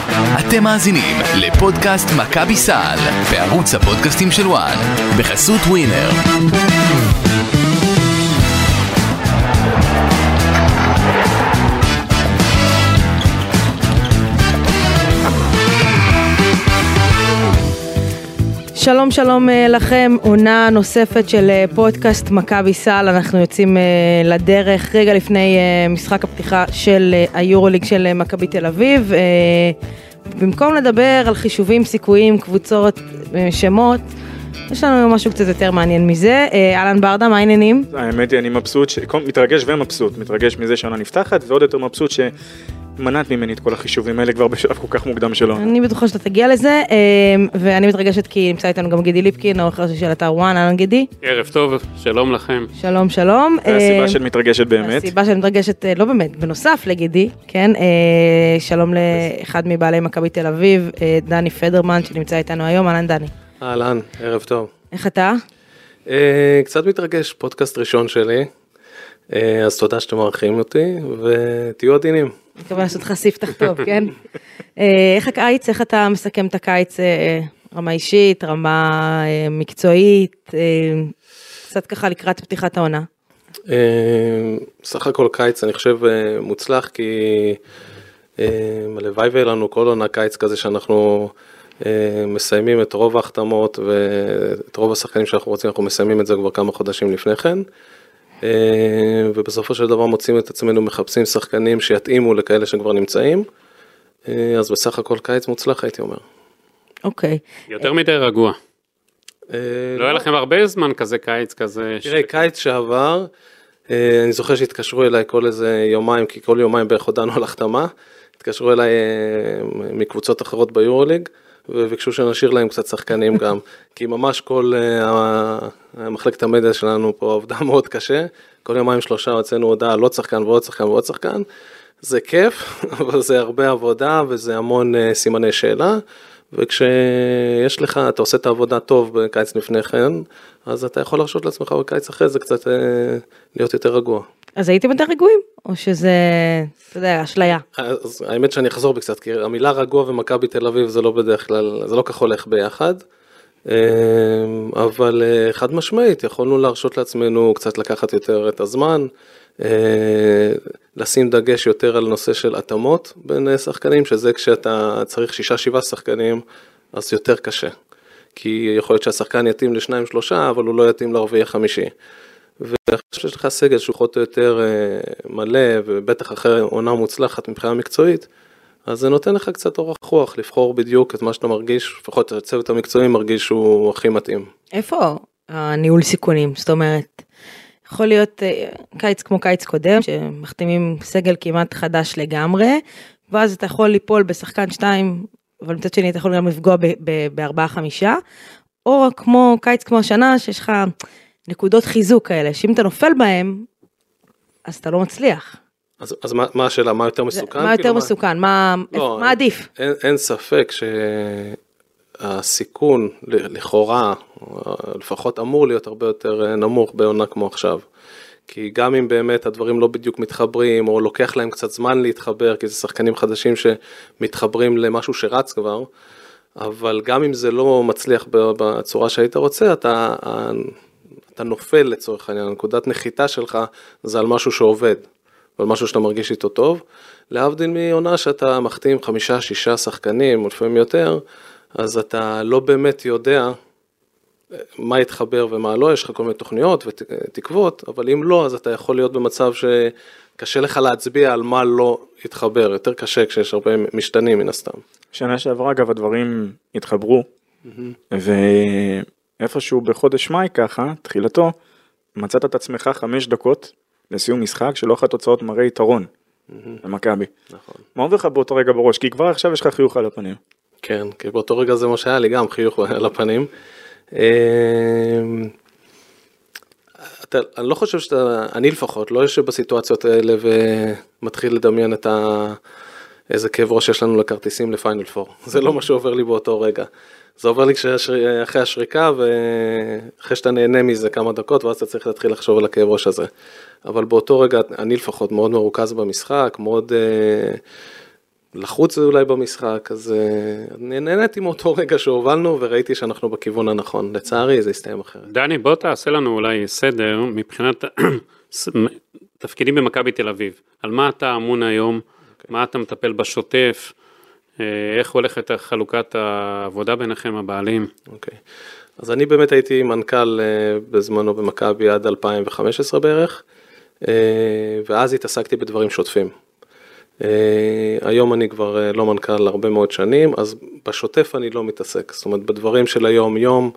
אתם מאזינים לפודקאסט מכבי סל בערוץ הפודקאסטים של וואן בחסות ווינר. שלום שלום לכם, עונה נוספת של פודקאסט מכבי סל. אנחנו יוצאים לדרך רגע לפני משחק הפתיחה של היורוליג של מכבי תל אביב. במקום לדבר על חישובים, סיכויים, קבוצות, שמות, יש לנו משהו קצת יותר מעניין מזה. אלן ברדה, מה העניינים? האמת היא, אני מבסוט, מתרגש ומבסוט, מתרגש מזה שעונה נפתחת, ועוד יותר מבסוט מנעת ממני את כל החישובים האלה כבר בשלב כל כך מוקדם שלו. אני בטוחה שאתה תגיע לזה, ואני מתרגשת כי נמצא איתנו גם גידי ליפקין, העורך הראשי של אתר וואן. אהלן גידי. ערב טוב, שלום לכם. שלום שלום. זה הסיבה של מתרגשת באמת. הסיבה של מתרגשת, לא באמת, בנוסף לגידי, כן. שלום לאחד מבעלי מכבי תל אביב, דני פדרמן, שנמצא איתנו היום. אהלן דני. אהלן, ערב טוב. איך אתה? קצת מתרגש, פודקאסט ראשון שלי, אז תודה שאתם מארחים אותי, ותהיו עדינים. אני מקווה לעשות לך ספתח טוב, כן? איך הקיץ, איך אתה מסכם את הקיץ, רמה אישית, רמה מקצועית, קצת ככה לקראת פתיחת העונה? סך הכל קיץ, אני חושב מוצלח, כי הלוואי ואלנו כל עונה קיץ כזה שאנחנו מסיימים את רוב ההחתמות, ואת רוב השחקנים שאנחנו רוצים, אנחנו מסיימים את זה כבר כמה חודשים לפני כן. ובסופו של דבר מוצאים את עצמנו מחפשים שחקנים שיתאימו לכאלה שכבר נמצאים, אז בסך הכל קיץ מוצלח הייתי אומר. אוקיי. יותר מדי רגוע. לא היה לכם הרבה זמן כזה קיץ כזה. תראה, קיץ שעבר, אני זוכר שהתקשרו אליי כל איזה יומיים, כי כל יומיים בערך הודענו על החתמה, התקשרו אליי מקבוצות אחרות ביורוליג, וביקשו שנשאיר להם קצת שחקנים גם, כי ממש כל מחלקת המדיה שלנו פה עבדה מאוד קשה, כל יומיים שלושה הוצאנו הודעה על עוד שחקן ועוד שחקן ועוד שחקן, זה כיף, אבל זה הרבה עבודה וזה המון סימני שאלה, וכשיש לך, אתה עושה את העבודה טוב בקיץ לפני כן, אז אתה יכול להרשות לעצמך בקיץ אחרי זה קצת להיות יותר רגוע. אז הייתם יותר רגועים? או שזה, אתה יודע, אשליה? אז האמת שאני אחזור בקצת, כי המילה רגוע ומכבי תל אביב זה לא בדרך כלל, זה לא כך הולך ביחד, אבל חד משמעית, יכולנו להרשות לעצמנו קצת לקחת יותר את הזמן, לשים דגש יותר על נושא של התאמות בין שחקנים, שזה כשאתה צריך 6-7 שחקנים, אז יותר קשה. כי יכול להיות שהשחקן יתאים ל2-3, אבל הוא לא יתאים לרביעי החמישי. ואחרי שיש לך סגל שהוא פחות או יותר מלא, ובטח אחרי עונה מוצלחת מבחינה מקצועית, אז זה נותן לך קצת אורח רוח, לבחור בדיוק את מה שאתה מרגיש, לפחות הצוות המקצועי מרגיש שהוא הכי מתאים. איפה הניהול סיכונים? זאת אומרת, יכול להיות קיץ כמו קיץ קודם, שמחתימים סגל כמעט חדש לגמרי, ואז אתה יכול ליפול בשחקן 2, אבל מצד שני אתה יכול גם לפגוע ב4-5, או כמו קיץ כמו השנה, שיש לך נקודות חיזוק כאלה, שאם אתה נופל בהם, אז אתה לא מצליח. אז מה השאלה? מה יותר מסוכן? מה יותר מסוכן? מה עדיף? אין ספק שהסיכון לכאורה, לפחות אמור להיות הרבה יותר נמוך בעונה כמו עכשיו. כי גם אם באמת הדברים לא בדיוק מתחברים, או לוקח להם קצת זמן להתחבר, כי זה שחקנים חדשים שמתחברים למשהו שרץ כבר, אבל גם אם זה לא מצליח בצורה שהיית רוצה, אתה נופל לצורך העניין, נקודת נחיתה שלך זה על משהו שעובד, על משהו שאתה מרגיש איתו טוב, להבדיל מעונה שאתה מחתים 5-6 שחקנים, או לפעמים יותר, אז אתה לא באמת יודע מה יתחבר ומה לא, יש לך כל מיני תוכניות ותקוות, אבל אם לא, אז אתה יכול להיות במצב שקשה לך להצביע על מה לא יתחבר, יותר קשה כשיש הרבה משתנים מן הסתם. שנה שעברה אגב הדברים התחברו, ואיפשהו בחודש מאי ככה, תחילתו, מצאת את עצמך 5 דקות לסיום משחק, שלא אחת תוצאות מראה יתרון למכבי. נכון. מה עובר לך באותו רגע בראש? כי כבר עכשיו יש לך חיוך על הפנים. כן, כי באותו רגע זה מה שהיה לי גם חיוך על הפנים. אני לא חושב אני לפחות, לא יושב בסיטואציות האלה ומתחיל לדמיין איזה כאב ראש יש לנו לכרטיסים לפיינל 4. זה לא מה שעובר לי באותו רגע. זה עובר לי אחרי השריקה, ואחרי שאתה נהנה מזה כמה דקות, ואז אתה צריך להתחיל לחשוב על הכאב ראש הזה. אבל באותו רגע, אני לפחות מאוד מרוכז במשחק, מאוד לחוץ אולי במשחק, אז נהניתי מאותו רגע שהובלנו, וראיתי שאנחנו בכיוון הנכון. לצערי, זה הסתיים אחרת. דני, בוא תעשה לנו אולי סדר, מבחינת תפקידים במכבי תל אביב. על מה אתה אמון היום? מה אתה מטפל בשוטף? איך הולכת חלוקת העבודה ביניכם הבעלים? אוקיי. אז אני באמת הייתי מנכ"ל בזמנו במכבי עד 2015 בערך, ואז התעסקתי בדברים שוטפים. היום אני כבר לא מנכ"ל הרבה מאוד שנים, אז בשוטף אני לא מתעסק, זאת אומרת בדברים של היום-יום,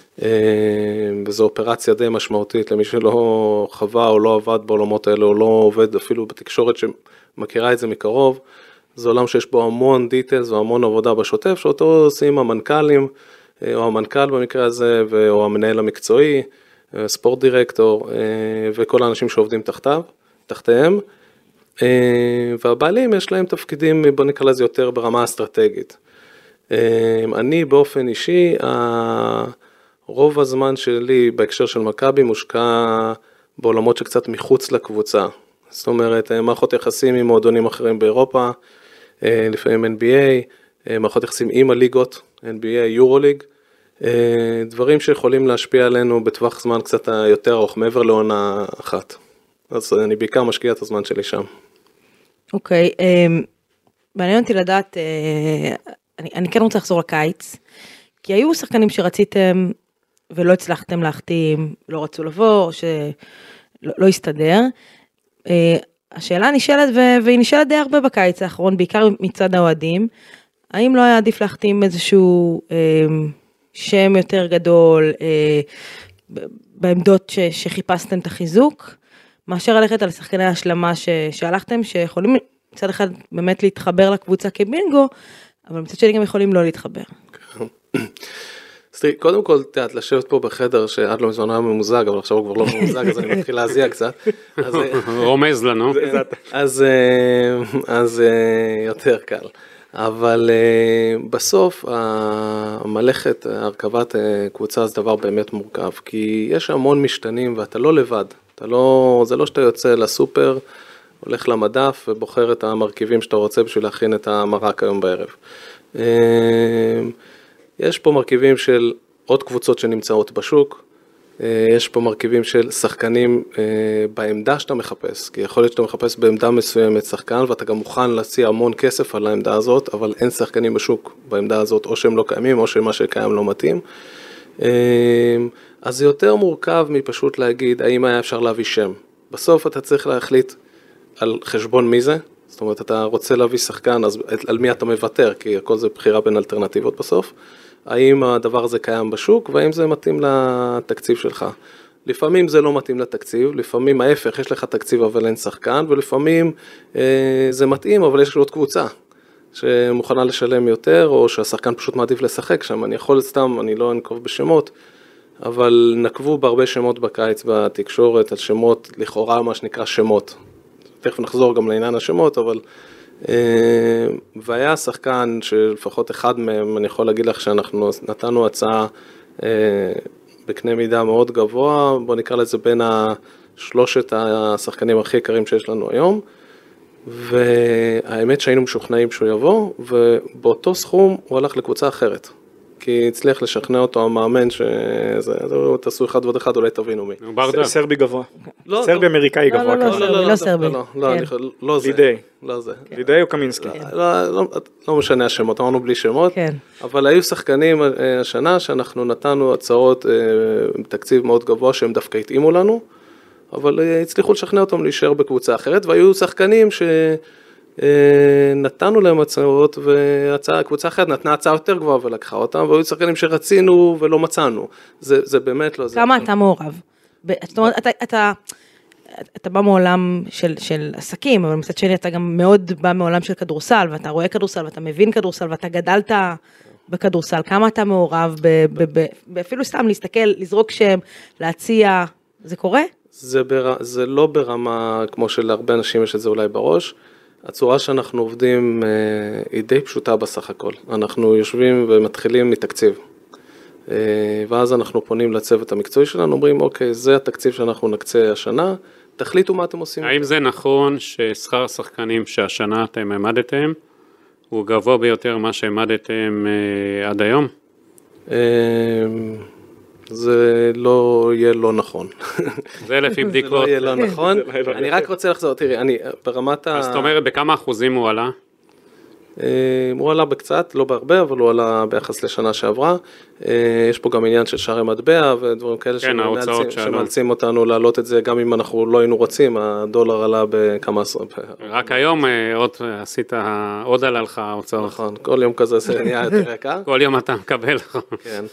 וזו אופרציה די משמעותית למי שלא חווה או לא עבד בעולמות האלה, או לא עובד אפילו בתקשורת שמכירה את זה מקרוב, זה עולם שיש בו המון דיטלס והמון עבודה בשוטף, שאותו עושים המנכ"לים, או המנכ"ל במקרה הזה, או המנהל המקצועי, ספורט דירקטור, וכל האנשים שעובדים תחתיהם, והבעלים יש להם תפקידים, בוא נקרא לזה יותר ברמה אסטרטגית. אני באופן אישי, רוב הזמן שלי בהקשר של מכבי מושקע בעולמות שקצת מחוץ לקבוצה. זאת אומרת, מערכות יחסים עם מועדונים אחרים באירופה, לפעמים NBA, מערכות יחסים עם הליגות, NBA, יורוליג, דברים שיכולים להשפיע עלינו בטווח זמן קצת יותר ארוך, מעבר לעונה אחת. אז אני בעיקר משקיע את הזמן שלי שם. אוקיי, מעניין אותי לדעת, אני כן רוצה לחזור לקיץ, כי היו שחקנים שרציתם ולא הצלחתם להחתים, לא רצו לבוא, או שלא הסתדר. השאלה נשאלת, והיא נשאלת די הרבה בקיץ האחרון, בעיקר מצד האוהדים, האם לא היה עדיף להחתים איזשהו שם יותר גדול, בעמדות שחיפשתם את החיזוק, מאשר ללכת על שחקני ההשלמה שהלכתם, שיכולים מצד אחד באמת להתחבר לקבוצה כבינגו, אבל מצד שני גם יכולים לא להתחבר. אז תראי, קודם כל, תעת, לשבת פה בחדר שעד לא מזמן היה ממוזג, אבל עכשיו הוא כבר לא ממוזג, אז אני מתחיל להזיע קצת. רומז לנו. אז יותר קל. אבל בסוף, המלאכת, הרכבת קבוצה זה דבר באמת מורכב, כי יש המון משתנים ואתה לא לבד. זה לא שאתה יוצא לסופר, הולך למדף ובוחר את המרכיבים שאתה רוצה בשביל להכין את המרק היום בערב. יש פה מרכיבים של עוד קבוצות שנמצאות בשוק, יש פה מרכיבים של שחקנים בעמדה שאתה מחפש, כי יכול להיות שאתה מחפש בעמדה מסוימת שחקן, ואתה גם מוכן להציע המון כסף על העמדה הזאת, אבל אין שחקנים בשוק בעמדה הזאת, או שהם לא קיימים, או שמה שקיים לא מתאים. אז זה יותר מורכב מפשוט להגיד, האם היה אפשר להביא שם. בסוף אתה צריך להחליט על חשבון מי זה, זאת אומרת, אתה רוצה להביא שחקן, אז על מי אתה מוותר, כי הכל זה בחירה בין אלטרנטיבות בסוף. האם הדבר הזה קיים בשוק, והאם זה מתאים לתקציב שלך. לפעמים זה לא מתאים לתקציב, לפעמים ההפך, יש לך תקציב אבל אין שחקן, ולפעמים זה מתאים, אבל יש עוד קבוצה, שמוכנה לשלם יותר, או שהשחקן פשוט מעדיף לשחק שם. אני יכול סתם, אני לא אנקוב בשמות, אבל נקבו בהרבה שמות בקיץ בתקשורת, על שמות, לכאורה מה שנקרא שמות. תכף נחזור גם לעניין השמות, אבל והיה שחקן שלפחות אחד מהם, אני יכול להגיד לך שאנחנו נתנו הצעה בקנה מידה מאוד גבוה, בוא נקרא לזה בין שלושת השחקנים הכי יקרים שיש לנו היום, והאמת שהיינו משוכנעים שהוא יבוא, ובאותו סכום הוא הלך לקבוצה אחרת. כי הצליח לשכנע אותו המאמן תעשו אחד ועוד אחד, אולי תבינו מי. סרבי גבוה. סרבי אמריקאי גבוה. לא סרבי. לא זה. לידי. לא זה. לידי או קמינסקי. לא משנה השמות, אמרנו בלי שמות. אבל היו שחקנים השנה שאנחנו נתנו הצעות תקציב מאוד גבוה שהם דווקא התאימו לנו, אבל הצליחו לשכנע אותם להישאר בקבוצה אחרת, והיו שחקנים נתנו להם הצעות, והקבוצה אחרת נתנה הצעה יותר גבוהה ולקחה אותם, והיו שחקנים שרצינו ולא מצאנו. זה באמת לא זה. כמה אתה מעורב? זאת אומרת, אתה בא מעולם של עסקים, אבל מצד שני אתה גם מאוד בא מעולם של כדורסל, ואתה רואה כדורסל, ואתה מבין כדורסל, ואתה גדלת בכדורסל. כמה אתה מעורב, אפילו סתם להסתכל, לזרוק שם, להציע, זה קורה? זה לא ברמה כמו שלהרבה אנשים יש את זה אולי בראש. הצורה שאנחנו עובדים היא די פשוטה בסך הכל. אנחנו יושבים ומתחילים מתקציב. ואז אנחנו פונים לצוות המקצועי שלנו, אומרים, אוקיי, זה התקציב שאנחנו נקצה השנה, תחליטו מה אתם עושים. האם זה נכון ששכר השחקנים שהשנה אתם העמדתם, הוא גבוה ביותר מה שהעמדתם עד היום? זה לא יהיה לא נכון. זה לפי בדיקות. זה לא יהיה לא נכון. אני רק רוצה לחזור, תראי, אני ברמת אז זאת אומרת, בכמה אחוזים הוא עלה? הוא עלה בקצת, לא בהרבה, אבל הוא עלה ביחס לשנה שעברה. יש פה גם עניין של שערי מטבע ודברים כאלה שמאלצים אותנו להעלות את זה, גם אם אנחנו לא היינו רוצים, הדולר עלה בכמה עשרות. רק היום עשית, עוד עלה לך ההוצאות. נכון, כל יום כזה זה נהיה יותר יקר. כל יום אתה מקבל. כן,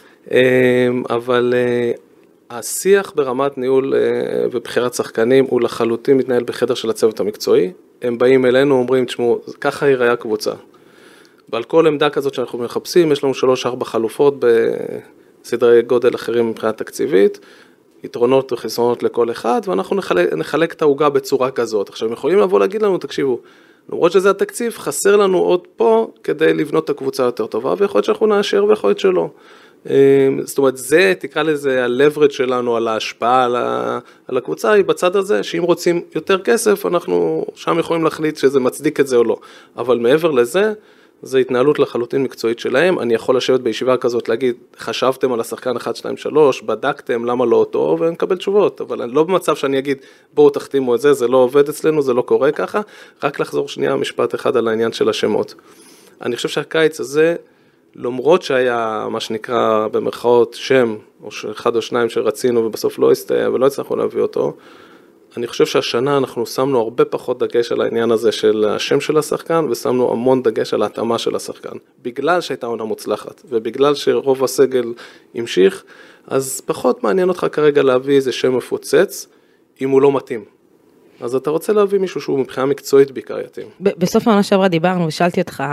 אבל השיח ברמת ניהול ובחירת שחקנים הוא לחלוטין מתנהל בחדר של הצוות המקצועי. הם באים אלינו, אומרים, תשמעו, ככה ייראה הקבוצה. ועל כל עמדה כזאת שאנחנו מחפשים, יש לנו 3-4 חלופות בסדרי גודל אחרים מבחינת תקציבית, יתרונות וחסרונות לכל אחד, ואנחנו נחלק את העוגה בצורה כזאת. עכשיו, הם יכולים לבוא להגיד לנו, תקשיבו, למרות שזה התקציב, חסר לנו עוד פה כדי לבנות את הקבוצה יותר טובה, ויכול להיות שאנחנו נאשר ויכול להיות שלא. זאת אומרת, זה, תקרא לזה, הלברד שלנו על ההשפעה על הקבוצה, היא בצד הזה, שאם רוצים יותר כסף, אנחנו שם יכולים להחליט שזה מצדיק את זה או לא. אבל מעבר לזה, זה התנהלות לחלוטין מקצועית שלהם. אני יכול לשבת בישיבה כזאת, להגיד, חשבתם על השחקן 1, 2, 3, בדקתם למה לא אותו, ונקבל תשובות. אבל אני לא במצב שאני אגיד, בואו תחתימו את זה, זה לא עובד אצלנו, זה לא קורה ככה. רק לחזור שנייה משפט אחד על העניין של השמות. אני חושב שהקיץ הזה, למרות שהיה מה שנקרא במרכאות שם, או אחד או שניים שרצינו ובסוף לא הסתייע ולא הצלחנו להביא אותו, אני חושב שהשנה אנחנו שמנו הרבה פחות דגש על העניין הזה של השם של השחקן, ושמנו המון דגש על ההתאמה של השחקן. בגלל שהייתה עונה מוצלחת, ובגלל שרוב הסגל המשיך, אז פחות מעניין אותך כרגע להביא איזה שם מפוצץ, אם הוא לא מתאים. אז אתה רוצה להביא מישהו שהוא מבחינה מקצועית בעיקר יתאים. בסוף העונה שעברה דיברנו ושאלתי אותך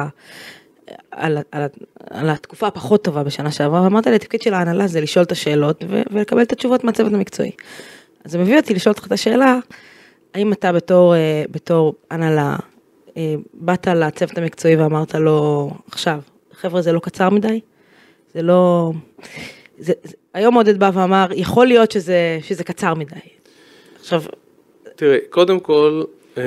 על התקופה הפחות טובה בשנה שעברה, ואמרת לי, התפקיד של ההנהלה זה לשאול את השאלות ולקבל את התשובות מהצוות המקצועי. אז זה מביא אותי לשאול אותך את השאלה, האם אתה בתור הנהלה, באת לצוות המקצועי ואמרת לו, עכשיו, חבר'ה, זה לא קצר מדי? זה לא... היום עודד בא ואמר, יכול להיות שזה קצר מדי. עכשיו... תראי, קודם כל,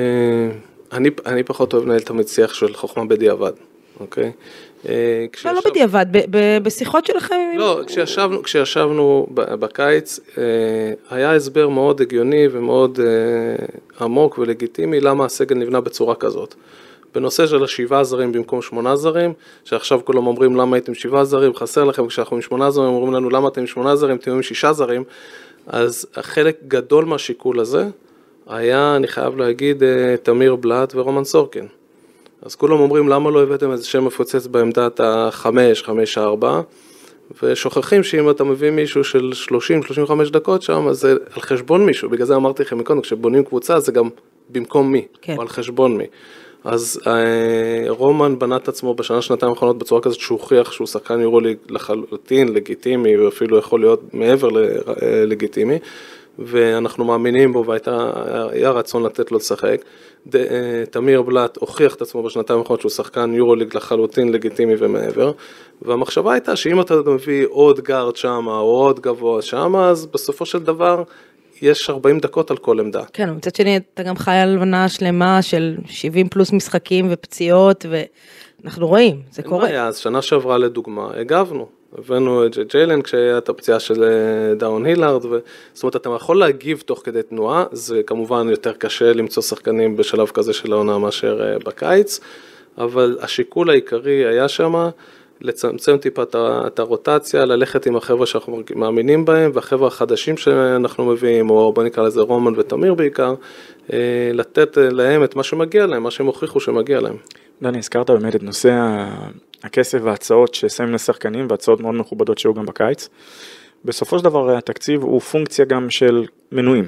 אני פחות אוהב לנהל את המציח של חוכמה בדיעבד, אוקיי? לא בדיעבד, בשיחות שלכם... לא, כשישבנו בקיץ, היה הסבר מאוד הגיוני ומאוד עמוק ולגיטימי למה הסגל נבנה בצורה כזאת. בנושא של 7 זרים במקום 8 זרים, שעכשיו כולם אומרים למה הייתם 7 זרים, חסר לכם, כשאנחנו עם 8 זרים, אומרים לנו למה אתם עם 8 זרים, אתם עם 6 זרים, אז החלק גדול מהשיקול הזה, היה, אני חייב להגיד, תמיר בלט ורומן סורקין. אז כולם אומרים, למה לא הבאתם איזה שם מפוצץ בעמדת ה-5-4, ושוכחים שאם אתה מביא מישהו של 30-35 דקות שם, אז זה על חשבון מישהו. בגלל זה אמרתי לכם מקודם, כשבונים קבוצה, זה גם במקום מי, כן. או על חשבון מי. אז רומן בנה את עצמו בשנה, שנתיים האחרונות בצורה כזאת שהוא הוכיח שהוא שחקן יורוליג לחלוטין, לגיטימי, ואפילו יכול להיות מעבר לגיטימי, ואנחנו מאמינים בו, והיה רצון לתת לו לשחק. תמיר בלט הוכיח את עצמו בשנתיים האחרונות שהוא שחקן יורוליג לחלוטין לגיטימי ומעבר, והמחשבה הייתה שאם אתה מביא עוד גארד שם, או עוד גבוה שם, אז בסופו של דבר יש 40 דקות על כל עמדה. כן, מצד שני אתה גם חי על עונה שלמה של 70 פלוס משחקים ופציעות, ואנחנו רואים, זה קורה. אז שנה שעברה לדוגמה, הגבנו. הבאנו את ג'יילן כשהיה את הפציעה של דאון הילארד, זאת אומרת, אתה יכול להגיב תוך כדי תנועה, זה כמובן יותר קשה למצוא שחקנים בשלב כזה של העונה מאשר בקיץ, אבל השיקול העיקרי היה שם, לצמצם טיפה את הרוטציה, ללכת עם החבר'ה שאנחנו מאמינים בהם, והחבר'ה החדשים שאנחנו מביאים, או בוא נקרא לזה רומן ותמיר בעיקר, לתת להם את מה שמגיע להם, מה שהם הוכיחו שמגיע להם. דני, הזכרת באמת את נושא הכסף וההצעות ששמים לשחקנים, והצעות מאוד מכובדות שהיו גם בקיץ. בסופו של דבר התקציב הוא פונקציה גם של מנויים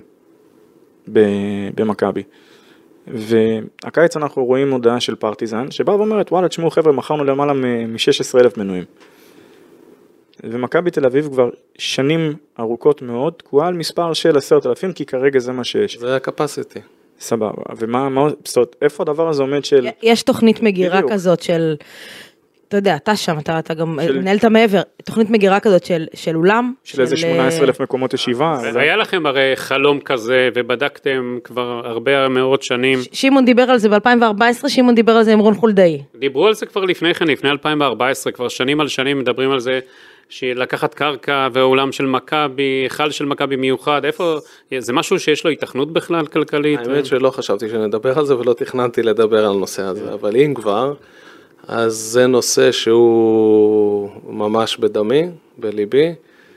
במכבי. והקיץ אנחנו רואים הודעה של פרטיזן, שבאה ואומרת, וואלה, תשמעו חבר'ה, מכרנו למעלה מ-16,000 מנויים. ומכבי תל אביב כבר שנים ארוכות מאוד, תקועה על מספר של 10,000, כי כרגע זה מה שיש. זה הקפסיטי. סבבה, ומה, איפה הדבר הזה עומד של... יש תוכנית מגירה כזאת של אתה יודע, אתה שם, אתה גם מנהלת מעבר, תוכנית מגירה כזאת של אולם. של איזה 18,000 מקומות ישיבה. היה לכם הרי חלום כזה, ובדקתם כבר הרבה מאוד שנים. שמעון דיבר על זה ב-2014, שמעון דיבר על זה עם רון חולדאי. דיברו על זה כבר לפני כן, לפני 2014, כבר שנים על שנים מדברים על זה, שלקחת קרקע ואולם של מכבי, חל של מכבי מיוחד, איפה, זה משהו שיש לו התכנות בכלל כלכלית? האמת שלא חשבתי שנדבר על זה ולא תכננתי לדבר על הנושא הזה, אבל אם כבר, אז זה נושא שהוא ממש בדמי, בליבי,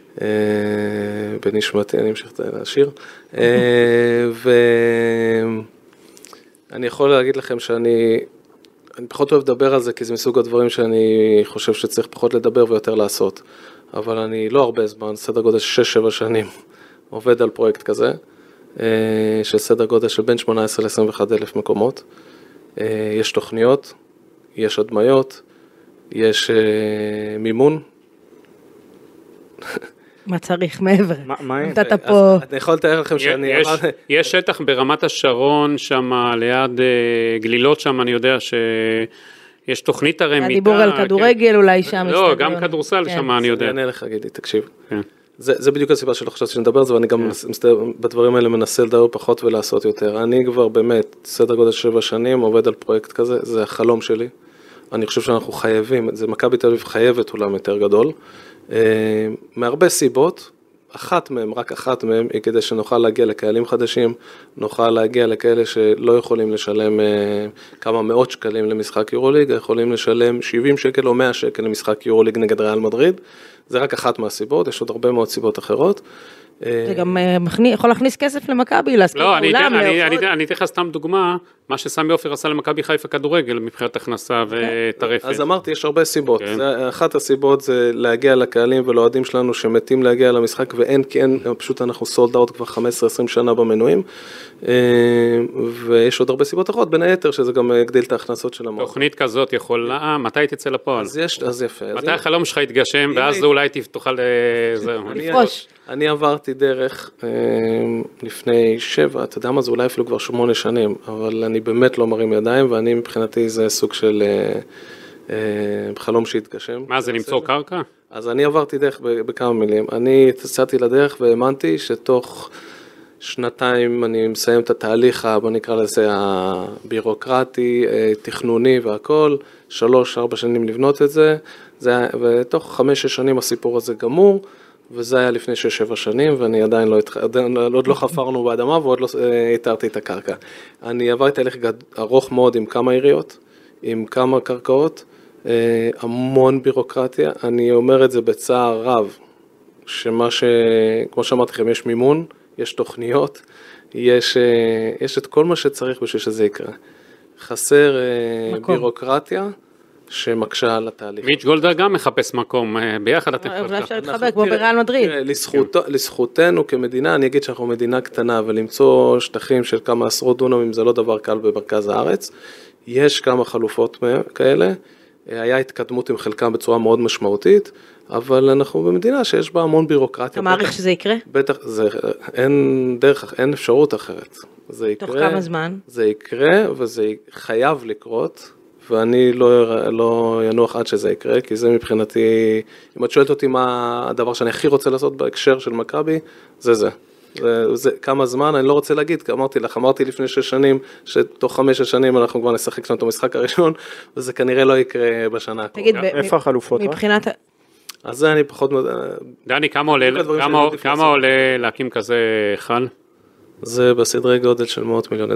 בנשמתי, אני אמשיך לשיר, ואני יכול להגיד לכם שאני פחות אוהב לדבר על זה, כי זה מסוג הדברים שאני חושב שצריך פחות לדבר ויותר לעשות, אבל אני לא הרבה זמן, סדר גודל 6-7 שנים, עובד על פרויקט כזה, של סדר גודל של בין 18 ל-21 אלף מקומות, יש תוכניות, יש הדמיות, יש מימון. מה צריך מעבר? מה אין? נתת פה... אני יכול לתאר לכם שאני... יש שטח ברמת השרון שם, ליד גלילות שם, אני יודע שיש תוכנית הרי מיטה. הדיבור על כדורגל אולי שם. לא, גם כדורסל שם, אני יודע. אני אענה לך, גידי, תקשיב. זה בדיוק הסיבה שלא חשבתי שנדבר על זה, ואני גם בדברים האלה מנסה לדבר פחות ולעשות יותר. אני כבר באמת, סדר גודל 7 שנים, עובד על פרויקט כזה, זה החלום שלי. אני חושב שאנחנו חייבים, זה מכבי תל אביב חייבת אולם יותר גדול, מהרבה סיבות, רק אחת מהם, היא כדי שנוכל להגיע לקהלים חדשים, נוכל להגיע לכאלה שלא יכולים לשלם כמה מאות שקלים למשחק יורוליג, יכולים לשלם 70 שקל או 100 שקל למשחק יורוליג נגד ריאל מדריד, זה רק אחת מהסיבות, יש עוד הרבה מאוד סיבות אחרות. זה גם יכול להכניס כסף למכבי, להשכיר את האולם. אני אתן לך סתם דוגמה, מה שסמי עופר עשה למכבי חיפה כדורגל, מבחינת הכנסה וטרפת. אז אמרתי, יש הרבה סיבות. אחת הסיבות זה להגיע לקהלים ולאוהדים שלנו שמתים להגיע למשחק, ואין, כי אין, פשוט אנחנו סולד אאוט כבר 15-20 שנה במנויים, ויש עוד הרבה סיבות אחרות, בין היתר שזה גם יגדיל את ההכנסות של המועדון. תוכנית כזאת יכולה, מתי תצא לפועל? אז יפה. מתי החלום שלך יתגשם, ואז אולי תוכל לפרוש. אני עברתי דרך לפני 7, אתה יודע מה, זה אולי אפילו כבר 8 שנים, אבל אני באמת לא מרים ידיים, ואני מבחינתי זה סוג של חלום שהתגשם. מה זה, למצוא קרקע? אז אני עברתי דרך בכמה מילים. אני יצאתי לדרך והאמנתי שתוך 2 אני מסיים את התהליך, בוא נקרא לזה הבירוקרטי, תכנוני והכל, 3-4 שנים לבנות את זה, ותוך 5-6 שנים הסיפור הזה גמור, וזה היה לפני 6-7 שנים, ואני עדיין עוד לא חפרנו באדמה, ועוד לא התארתי את הקרקע. אני עברתי תהליך ארוך מאוד עם כמה עיריות, עם כמה קרקעות, המון בירוקרטיה. אני אומר את זה בצער רב, כמו שאמרתי לכם, יש מימון, יש תוכניות, יש את כל מה שצריך בשביל שזה יקרה. חסר בירוקרטיה, שמקשה על התהליך. מיץ' גולדהר גם מחפש מקום, ביחד אתם אולי אפשר להתחבק, כמו בריאל מדריד. לזכותנו כמדינה, אני אגיד שאנחנו מדינה קטנה, ולמצוא שטחים של כמה עשרות דונמים, זה לא דבר קל במרכז הארץ. יש כמה חלופות כאלה, היה התקדמות עם חלקם בצורה מאוד משמעותית, אבל אנחנו במדינה שיש בה המון בירוקרטיה. אתה מעריך שזה יקרה? בטח, אין אפשרות אחרת. תוך כמה זמן? זה יקרה, וזה חייב לקרות, ואני לא ינוח עד שזה יקרה, כי זה מבחינתי, אם את שואלת אותי מה הדבר שאני הכי רוצה לעשות בהקשר של מכבי, זה. כמה זמן, אני לא רוצה להגיד, כי אמרתי לפני 6 שנים, שתוך 5 שנים אנחנו כבר נשחק לנו את המשחק הראשון, וזה כנראה לא יקרה בשנה הקרובה. תגיד, איפה החלופות? מבחינת... אז זה אני פחות... דני, כמה עולה להקים כזה חל? זה בסדרי גודל של $100 מיליון.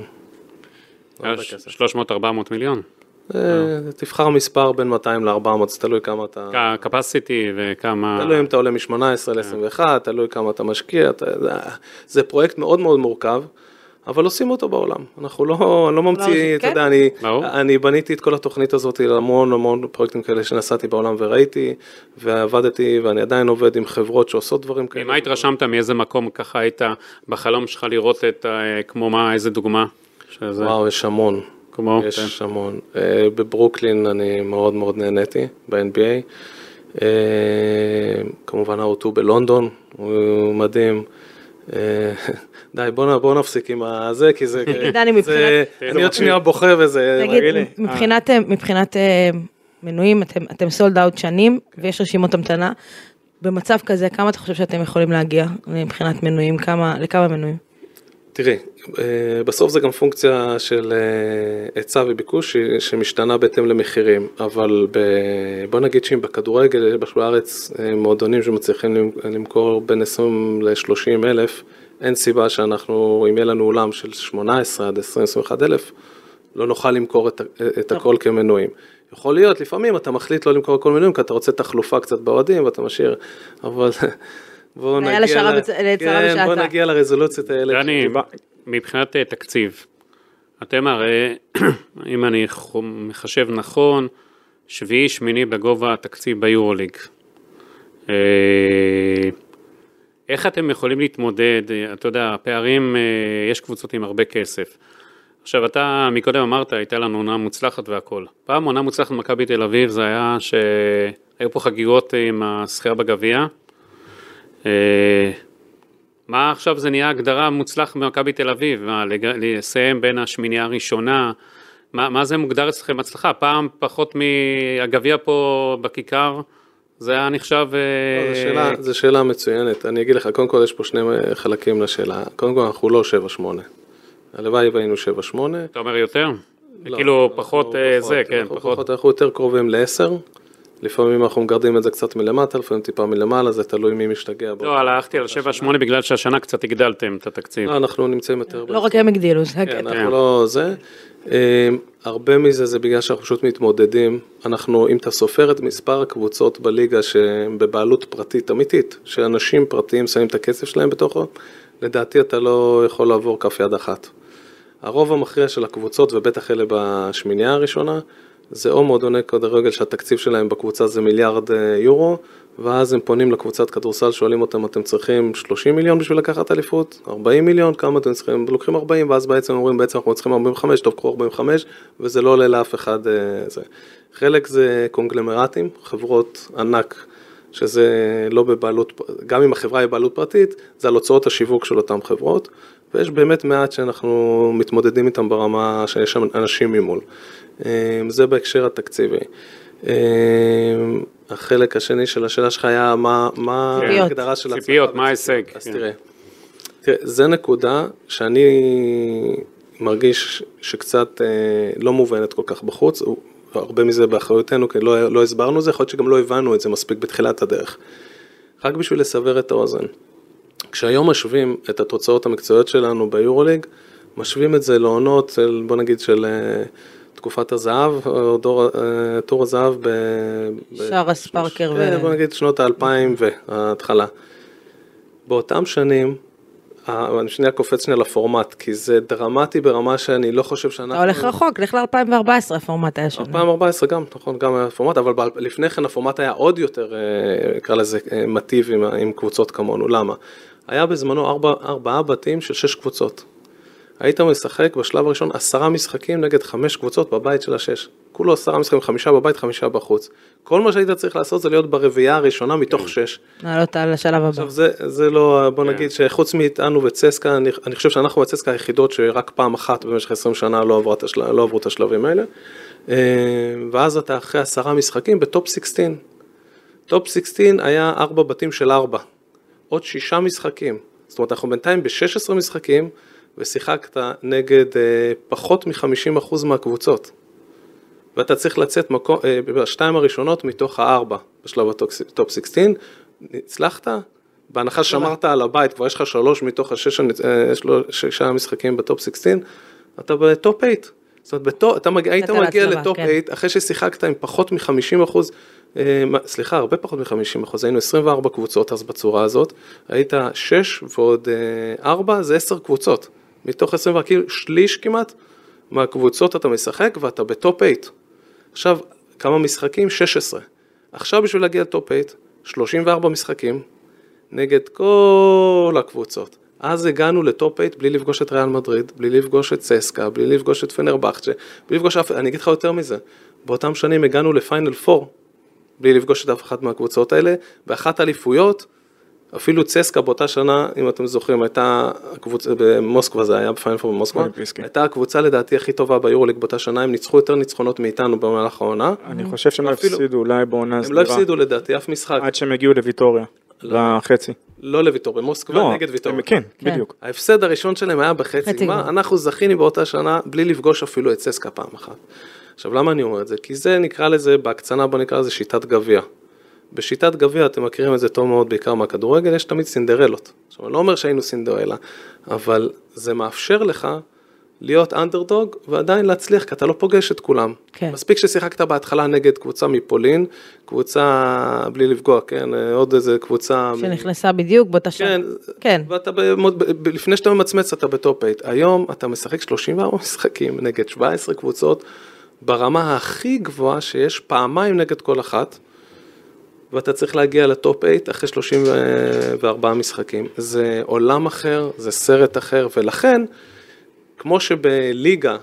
300-400 מיליון? תבחר מספר בין 200 ל-400, זה תלוי כמה אתה... קפסיטי וכמה... תלוי אם אתה עולה מ-18 ל-21, תלוי כמה אתה משקיע, זה פרויקט מאוד מאוד מורכב, אבל עושים אותו בעולם. אנחנו לא ממציאים, אתה יודע, אני בניתי את כל התוכנית הזאת להמון פרויקטים כאלה שנסעתי בעולם וראיתי, ועבדתי, ואני עדיין עובד עם חברות שעושות דברים כאלה. מה התרשמת מאיזה מקום ככה היית בחלום שלך לראות כמו מה, איזה דוגמה? וואו, יש המון. יש המון. בברוקלין אני מאוד מאוד נהניתי, ב-NBA. כמובן ה-O2 בלונדון, הוא מדהים. די, בוא נפסיק עם זה, כי זה... דני, מבחינת... אני עוד שנייה בוכה וזה... תגיד, מבחינת מנויים, אתם סולד אאוט שנים, ויש רשימות המתנה. במצב כזה, כמה אתה חושב שאתם יכולים להגיע מבחינת מנויים, לכמה מנויים? תראי, בסוף זה גם פונקציה של היצע וביקוש שמשתנה בהתאם למחירים, אבל בוא נגיד שאם בכדורגל יש בארץ מועדונים שמצליחים למכור בין 20 ל-30 אלף, אין סיבה שאנחנו, אם יהיה לנו אולם של 18 עד 20-21 אלף, לא נוכל למכור את הכל כמנויים. יכול להיות, לפעמים אתה מחליט לא למכור הכל מנויים, כי אתה רוצה תחלופה קצת באוהדים, ואתה משאיר, אבל בואו נגיע לרזולוציות האלה. דני, מבחינת תקציב, אתם הרי, אם אני מחשב נכון, 7-8 בגובה התקציב ביורוליג. איך אתם יכולים להתמודד, אתה יודע, הפערים, יש קבוצות עם הרבה כסף. עכשיו, אתה מקודם אמרת, הייתה לנו עונה מוצלחת והכל. פעם עונה מוצלחת במכבי תל אביב, זה היה שהיו פה חגיגות עם השחייה בגביע. מה עכשיו זה נהיה הגדרה מוצלח במכבי תל אביב? לסיים בין השמינייה הראשונה? מה זה מוגדר אצלכם הצלחה? פעם פחות מהגביע פה בכיכר, זה היה נחשב... זו שאלה מצוינת. אני אגיד לך, קודם כל יש פה שני חלקים לשאלה. קודם כל אנחנו לא 7-8. הלוואי והיינו 7-8. אתה אומר יותר? כאילו פחות זה, כן, פחות. אנחנו יותר קרובים ל-10. לפעמים אנחנו מגרדים את זה קצת מלמטה, לפעמים טיפה מלמעלה, זה תלוי מי משתגע. לא, הלכתי על 7-8 בגלל שהשנה קצת הגדלתם את התקציב. אנחנו נמצאים יותר... לא רק הם הגדילו, זה כן, אנחנו לא זה. הרבה מזה זה בגלל שאנחנו פשוט מתמודדים. אנחנו, אם אתה סופר את מספר הקבוצות בליגה שהם בבעלות פרטית אמיתית, שאנשים פרטיים שמים את הכסף שלהם בתוכו, לדעתי אתה לא יכול לעבור כף יד אחת. הרוב המכריע של הקבוצות, ובטח אלה בשמינייה הראשונה, זה או מועדוני כדורגל שהתקציב שלהם בקבוצה זה מיליארד יורו, ואז הם פונים לקבוצת כדורסל, שואלים אותם, אתם צריכים 30 מיליון בשביל לקחת אליפות? 40 מיליון? כמה אתם צריכים? לוקחים 40, ואז בעצם אומרים, בעצם אנחנו צריכים 45, טוב, קחו 45, וזה לא עולה לאף אחד זה. חלק זה קונגלמרטים, חברות ענק, שזה לא בבעלות, גם אם החברה היא בעלות פרטית, זה על הוצאות השיווק של אותם חברות, ויש באמת מעט שאנחנו מתמודדים איתם ברמה שיש שם אנשים ממול. זה בהקשר התקציבי. החלק השני של השאלה שלך היה מה ההגדרה של ציפיות, מה ההישג. אז תראה, זה נקודה שאני מרגיש שקצת לא מובנת כל כך בחוץ, הרבה מזה באחריותנו, כי לא הסברנו זה, יכול להיות שגם לא הבנו את זה מספיק בתחילת הדרך. רק בשביל לסבר את האוזן. כשהיום משווים את התוצאות המקצועיות שלנו ביורוליג, משווים את זה לעונות, בוא נגיד של תקופת הזהב, או תור הזהב שרס פארקר בוא נגיד שנות ה-2000 וההתחלה. באותם שנים, אני שנייה קופץ שנייה לפורמט, כי זה דרמטי ברמה שאני לא חושב שאנחנו... אתה הולך רחוק, לך ל-2014 הפורמט היה שונה. 2014 גם, נכון, גם הפורמט, אבל לפני כן הפורמט היה עוד יותר, נקרא לזה, מטיב עם קבוצות כמונו. למה? היה בזמנו 4 בתים של 6 קבוצות. היית משחק בשלב הראשון 10 משחקים נגד 5 קבוצות בבית של 6. כולו 10 משחקים, 5 בבית, 5 בחוץ. כל מה שהיית צריך לעשות זה להיות ברביעייה הראשונה מתוך 6. לעלות על השלב הבא. עכשיו זה לא, בוא נגיד שחוץ מאיתנו וצסקה, אני חושב שאנחנו בצסקה היחידות שרק פעם אחת במשך 20 שנה לא עברו את השלבים האלה. ואז אתה אחרי 10 משחקים בטופ 16. טופ 16 היה 4 בתים של 4. עוד 6 משחקים. זאת אומרת, אנחנו בינתיים ב-16 משחקים, ושיחקת נגד פחות מ-50% מהקבוצות. ואתה צריך לצאת בשתיים הראשונות מתוך 4 בשלב הטופ 16. הצלחת? בהנחה שמרת על הבית, כבר יש לך 3 מתוך 6 המשחקים בטופ 16, אתה בטופ 8. זאת אומרת, היית מגיע לטופ 8, אחרי ששיחקת עם פחות מ-50%, סליחה, הרבה פחות מ-50%, היינו 24 קבוצות אז בצורה הזאת, היית 6 ועוד 4, זה 10 קבוצות. מתוך 20, כאילו שליש כמעט מהקבוצות אתה משחק ואתה בטופ 8. עכשיו, כמה משחקים? 16. עכשיו בשביל להגיע לטופ 8, 34 משחקים נגד כל הקבוצות. אז הגענו לטופ 8 בלי לפגוש את ריאל מדריד, בלי לפגוש את צסקה, בלי לפגוש את פנרבחצ'ה, בלי לפגוש אף, אני אגיד לך יותר מזה, באותם שנים הגענו לפיינל 4, בלי לפגוש את אף אחת מהקבוצות האלה, באחת אליפויות, אפילו צסקה באותה שנה, אם אתם זוכרים, הייתה הקבוצה במוסקבה, זה היה בפיינל פור במוסקבה, הייתה הקבוצה לדעתי הכי טובה ביורוליג באותה שנה, הם ניצחו יותר ניצחונות מאיתנו במהלך העונה. אני חושב שהם לא הפסידו אולי בעונה סדירה. הם לא הפסידו לדעתי אף משחק. עד שהם הגיעו לויטוריה, לחצי. לא לויטוריה, מוסקבה נגד ויטוריה. כן, בדיוק. ההפסד הראשון שלהם היה בחצי, אנחנו זכינו באותה שנה בלי לפגוש אפילו את צסקה פעם אחת. עכשיו למה אני אומר את זה? כי זה נקרא לזה, בהקצנה בוא נקרא לזה שיטת גביע. בשיטת גביע אתם מכירים את זה טוב מאוד בעיקר מהכדורגל, יש תמיד סינדרלות. עכשיו אני לא אומר שהיינו סינדרלה, אבל זה מאפשר לך להיות אנדרדוג ועדיין להצליח, כי אתה לא פוגש את כולם. כן. מספיק ששיחקת בהתחלה נגד קבוצה מפולין, קבוצה בלי לפגוע, כן, עוד איזה קבוצה... שנכנסה בדיוק באותה שנה. כן, כן. ואתה לפני שאתה ממצמץ אתה בטופ 8. היום אתה משחק 34 משחקים נגד 17 קבוצות, ברמה הכי גבוהה שיש פעמיים נגד כל אחת, ואתה צריך להגיע לטופ 8 אחרי 34 משחקים. זה עולם אחר, זה סרט אחר, ולכן, כמו שבליגה,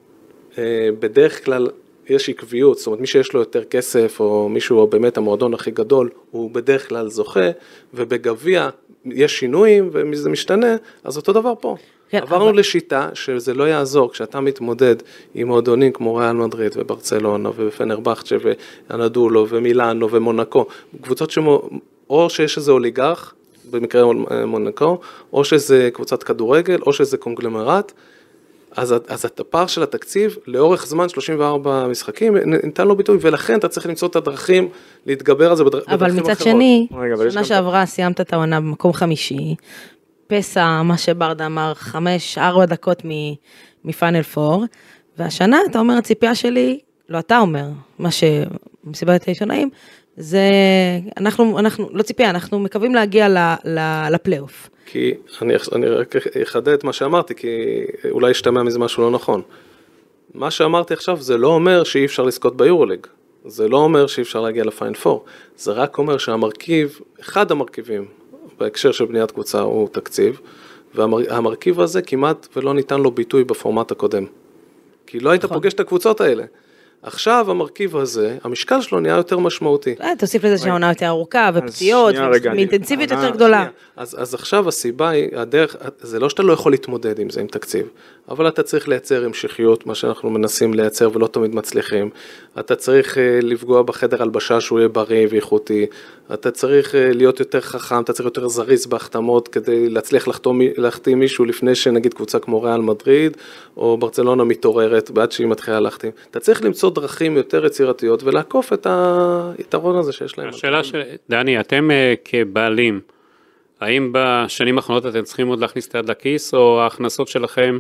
בדרך כלל יש עקביות, זאת אומרת, מי שיש לו יותר כסף, או מישהו באמת המועדון הכי גדול, הוא בדרך כלל זוכה, ובגביע יש שינויים, וזה משתנה, אז אותו דבר פה. כן, עברנו לשיטה שזה לא יעזור, כשאתה מתמודד עם מועדונים כמו ריאל מדריד וברצלונה ופנרבחצ'ה ואנדולו ומילאנו ומונקו, קבוצות או שיש איזה אוליגרך, במקרה מונקו, או שזה קבוצת כדורגל, או שזה קונגלומרט, אז הפער של התקציב, לאורך זמן 34 משחקים, ניתן לו ביטוי, ולכן אתה צריך למצוא את הדרכים להתגבר על זה בדרכים אחרות. אבל מצד שני, שנה שעברה סיימת את העונה במקום חמישי, פסע, מה שברדה אמר, 4 דקות מפיינל פור, והשנה אתה אומר, הציפייה שלי, לא אתה אומר, מה שמסיבת העיתונאים, זה, אנחנו, לא ציפייה, אנחנו מקווים להגיע לפלייאוף. כי אני רק אחדד מה שאמרתי, כי אולי ישתמע מזה משהו לא נכון. מה שאמרתי עכשיו זה לא אומר שאי אפשר לזכות ביורוליג. זה לא אומר שאי אפשר להגיע לפיינל פור. זה רק אומר שהמרכיב, אחד המרכיבים, בהקשר של בניית קבוצה הוא תקציב, והמרכיב הזה כמעט ולא ניתן לו ביטוי בפורמט הקודם. כי לא היית פוגש את הקבוצות האלה. עכשיו המרכיב הזה, המשקל שלו נהיה יותר משמעותי. תוסיף לזה שהעונה יותר ארוכה, ופציעות, ואינטנסיביות יותר גדולה. אז עכשיו הסיבה היא, הדרך, זה לא שאתה לא יכול להתמודד עם זה, עם תקציב, אבל אתה צריך לייצר המשכיות, מה שאנחנו מנסים לייצר ולא תמיד מצליחים. אתה צריך לפגוע בחדר הלבשה שהוא יהיה בריא ואיכותי. אתה צריך להיות יותר חכם, אתה צריך יותר זריז בהחתמות, כדי להצליח להחתים מישהו לפני שנגיד קבוצה כמו ריאל מדריד, או ברצלונה מתעוררת, בעד שהיא מתחילה להחתים. אתה צריך למצוא דרכים יותר יצירתיות, ולעקוף את היתרון הזה שיש להם. השאלה של, דני, אתם כבעלים, האם בשנים האחרונות אתם צריכים עוד להכניס את היד לכיס, או ההכנסות שלכם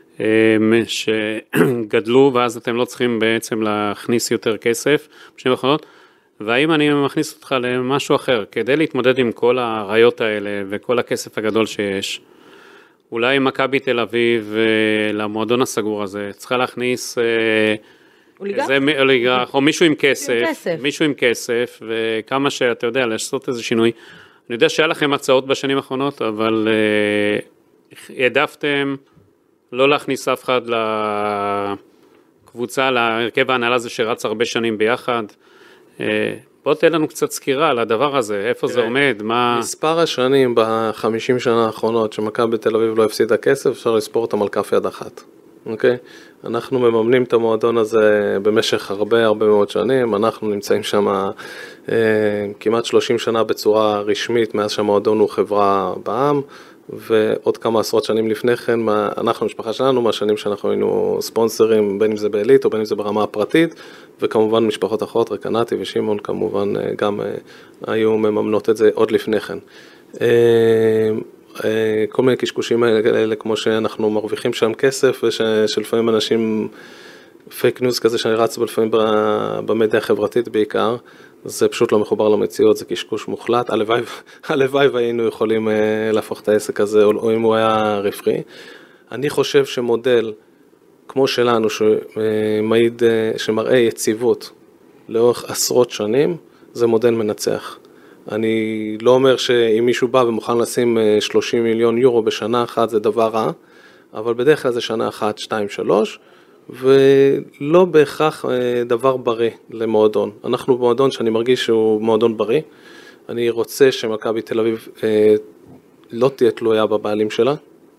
שגדלו, ואז אתם לא צריכים בעצם להכניס יותר כסף בשנים האחרונות, והאם אני מכניס אותך למשהו אחר, כדי להתמודד עם כל הרעיות האלה, וכל הכסף הגדול שיש, אולי מכבי תל אביב, למועדון הסגור הזה, צריכה להכניס אוליגרך, או מישהו עם כסף, וכמה שאתה יודע, לעשות איזה שינוי. אני יודע שהיה לכם הצעות בשנים האחרונות, אבל העדפתם לא להכניס אף אחד לקבוצה, להרכב ההנהלה הזה שרץ הרבה שנים ביחד. בוא תן לנו קצת סקירה על הדבר הזה, איפה זה עומד, מה... מספר השנים ב-50 שנה האחרונות שמכבי בתל אביב לא הפסידה כסף, אפשר לספור אותם על כף יד אחת. אוקיי? אנחנו מממנים את המועדון הזה במשך הרבה מאוד שנים, אנחנו נמצאים שם כמעט 30 שנה בצורה רשמית, מאז שהמועדון הוא חברה בעם, ועוד כמה עשרות שנים לפני כן, אנחנו משפחה שלנו, מהשנים שאנחנו היינו ספונסרים, בין אם זה באליט או בין אם זה ברמה הפרטית, וכמובן משפחות אחרות, רקנתי ושימון כמובן גם היו מממנות את זה עוד לפני כן. כל מיני קשקושים האלה, כמו שאנחנו מרוויחים שם כסף, ושלפעמים אנשים, פייק ניוז כזה שאני רץ לפעמים במדיה החברתית בעיקר, זה פשוט לא מחובר למציאות, זה קשקוש מוחלט, הלוואי והיינו יכולים להפוך את העסק הזה, או אם הוא היה רווחי. אני חושב שמודל כמו שלנו, שמראה יציבות לאורך עשרות שנים, זה מודל מנצח. אני לא אומר שאם מישהו בא ומוכן לשים 30 מיליון יורו בשנה אחת זה דבר רע, אבל בדרך כלל זה שנה אחת, 2, 3, ולא בהכרח דבר בריא למועדון. אנחנו במועדון שאני מרגיש שהוא מועדון בריא, אני רוצה שמכבי תל אביב לא תהיה תלויה בבעלים שלה,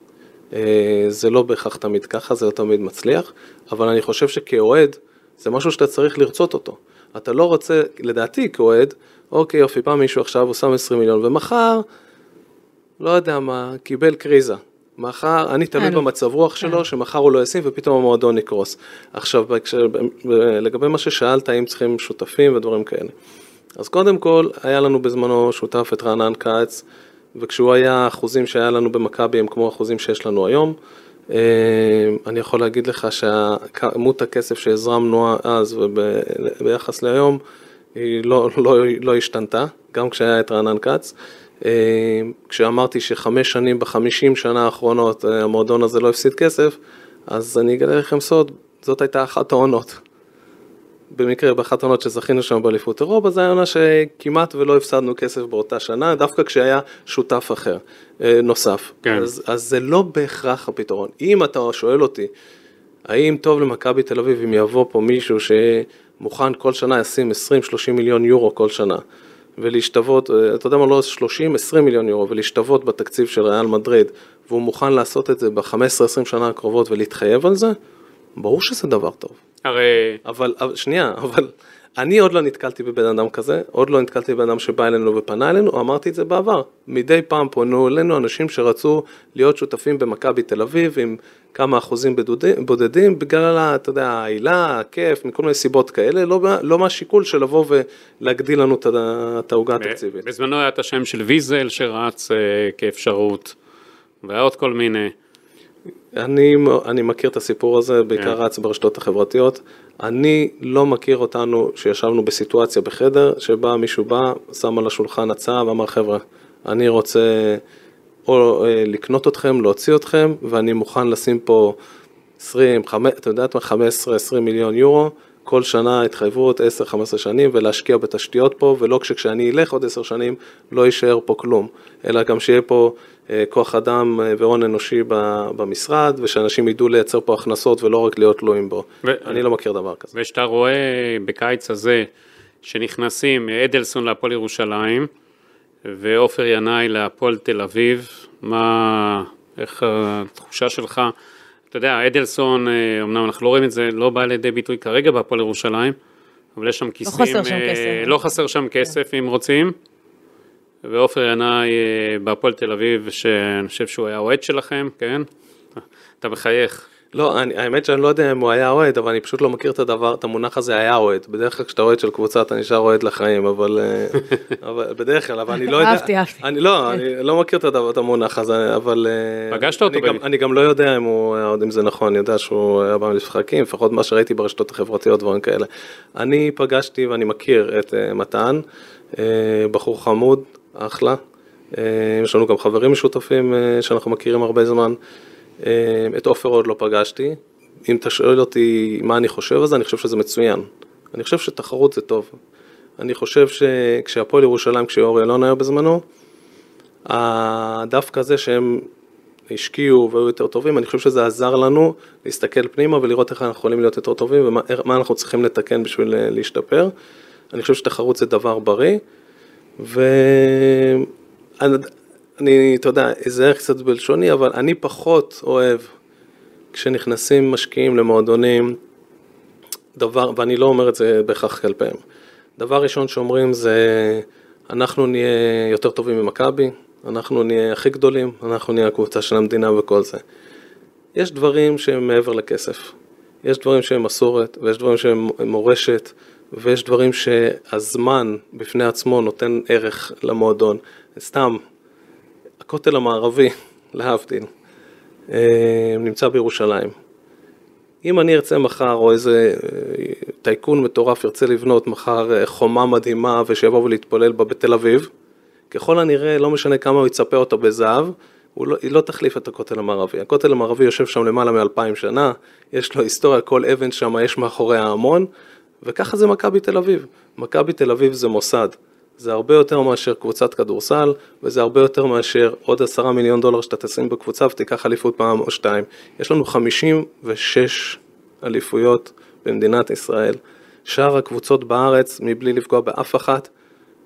זה לא בהכרח תמיד ככה, זה לא תמיד מצליח, אבל אני חושב שכאוהד, זה משהו שאתה צריך לרצות אותו. אתה לא רוצה, לדעתי כאוהד, אוקיי, יופי, פעם מישהו עכשיו הוא שם 20 מיליון, ומחר, לא יודע מה, קיבל קריזה. מחר, אני תמיד במצב רוח שלו, שמחר הוא לא ישים, ופתאום המועדון יקרוס. עכשיו, לגבי מה ששאלת, האם צריכים שותפים ודברים כאלה. אז קודם כל, היה לנו בזמנו שותף את רענן כץ, וכשהוא היה האחוזים שהיה לנו במכבי, הם כמו האחוזים שיש לנו היום. אני יכול להגיד לך שכמות הכסף שהזרמנו אז וביחס להיום, היא לא השתנתה, גם כשהיה את רענן כץ. כשאמרתי ש5 שנים ב50 שנה האחרונות המועדון הזה לא הפסיד כסף, אז אני אגלה לכם סוד, זאת הייתה אחת העונות. במקרה, באחת העונות שזכינו שם באליפות אירופה, זה היה עונה שכמעט ולא הפסדנו כסף באותה שנה, דווקא כשהיה שותף אחר, נוסף. כן. אז זה לא בהכרח הפתרון. אם אתה שואל אותי, האם טוב למכבי תל אביב אם יבוא פה מישהו שמוכן כל שנה ישים 20-30 מיליון יורו כל שנה, ולהשתוות, אתה יודע מה, לא 30-20 מיליון יורו, ולהשתוות בתקציב של ריאל מדריד, והוא מוכן לעשות את זה ב-15-20 שנה הקרובות ולהתחייב על זה, ברור שזה דבר טוב. הרי... אבל אני עוד לא נתקלתי בבן אדם כזה, עוד לא נתקלתי בבן אדם שבא אלינו ופנה אלינו, אמרתי את זה בעבר. מדי פעם פונו אלינו אנשים שרצו להיות שותפים במכבי תל אביב, עם כמה אחוזים בודדים, בגלל, אתה יודע, העילה, הכיף, מכל מיני סיבות כאלה, לא מהשיקול של לבוא ולהגדיל לנו את העוגה התקציבית. בזמנו היה את השם של ויזל שרץ כאפשרות, והיה עוד כל מיני... אני מכיר את הסיפור הזה, בעיקר רץ ברשתות החברתיות. אני לא מכיר אותנו שישבנו בסיטואציה בחדר, שבה מישהו בא, שם על השולחן הצעה ואמר, חבר'ה, אני רוצה או לקנות אתכם, להוציא אתכם, ואני מוכן לשים פה 20, אתה יודעת מה, 15-20 מיליון יורו, כל שנה התחייבות 10-15 שנים, ולהשקיע בתשתיות פה, ולא כשאני אלך עוד 10 שנים, לא יישאר פה כלום, אלא גם שיהיה פה כוח אדם והון אנושי במשרד, ושאנשים ידעו לייצר פה הכנסות, ולא רק להיות תלויים בו. אני לא מכיר דבר כזה. ושאתה רואה בקיץ הזה, שנכנסים אדלסון להפועל ירושלים, ואופר ינאי להפועל תל אביב, איך התחושה שלך? אתה יודע, אדלסון, אמנם אנחנו לא רואים את זה, לא בא לידי ביטוי כרגע בהפועל ירושלים, אבל יש שם כיסים, לא חסר שם כסף אם רוצים, ואופר ינאי בהפועל תל אביב, שאני חושב שהוא היה אוהד שלכם, כן? אתה מחייך. לא, האמת שאני לא יודע אם הוא היה אוהד, אבל אני פשוט לא מכיר את המונח הזה היה אוהד. בדרך כלל כשאתה אוהד של קבוצה, אתה נשאר אוהד לחיים, אבל בדרך כלל, אבל אני לא יודע. אהבתי. אני לא מכיר את המונח הזה, אבל... פגשת אותו אני גם לא יודע אם זה נכון, אני יודע שהוא היה במשחקים, לפחות מה שראיתי ברשתות החברתיות, דברים כאלה. אני פגשתי ואני מכיר את מתן, בחור חמוד, אחלה. יש לנו גם חברים משותפים שאנחנו מכירים הרבה זמן. את אופר עוד לא פגשתי. אם אתה שואל אותי מה אני חושב על זה, אני חושב שזה מצוין. אני חושב שתחרות זה טוב. אני חושב שכשהפועל ירושלים, כשאורי אלון היה בזמנו, דווקא זה שהם השקיעו והיו יותר טובים, אני חושב שזה עזר לנו להסתכל פנימה ולראות איך אנחנו יכולים להיות יותר טובים ומה אנחנו צריכים לתקן בשביל להשתפר. אני חושב שתחרות זה דבר בריא, אני, אתה יודע, זה קצת בלשוני, אבל אני פחות אוהב כשנכנסים משקיעים למועדונים, ואני לא אומר את זה בהכרח כלפיהם. דבר ראשון שאומרים זה, אנחנו נהיה יותר טובים ממכבי, אנחנו נהיה הכי גדולים, אנחנו נהיה הקבוצה של המדינה וכל זה. יש דברים שהם מעבר לכסף. יש דברים שהם מסורת, ויש דברים שהם מורשת, ויש דברים שהזמן בפני עצמו נותן ערך למועדון. סתם, הכותל המערבי, להבדיל, נמצא בירושלים. אם אני ארצה מחר, או איזה טייקון מטורף ירצה לבנות מחר חומה מדהימה, ושיבוא ולהתפולל בה בתל אביב, ככל הנראה, לא משנה כמה הוא יצפה אותה בזהב, היא לא תחליף את הכותל המערבי. הכותל המערבי יושב שם למעלה מ2000 שנה, יש לו היסטוריה, כל אבן שם יש מאחוריה המון, וככה זה מכבי תל אביב. מכבי תל אביב זה מוסד. זה הרבה יותר מאשר קבוצת כדורסל, וזה הרבה יותר מאשר עוד $10 מיליון שאתה תשים בקבוצה ותיקח אליפות פעם או שתיים. יש לנו 56 אליפויות במדינת ישראל. שאר הקבוצות בארץ, מבלי לפגוע באף אחת,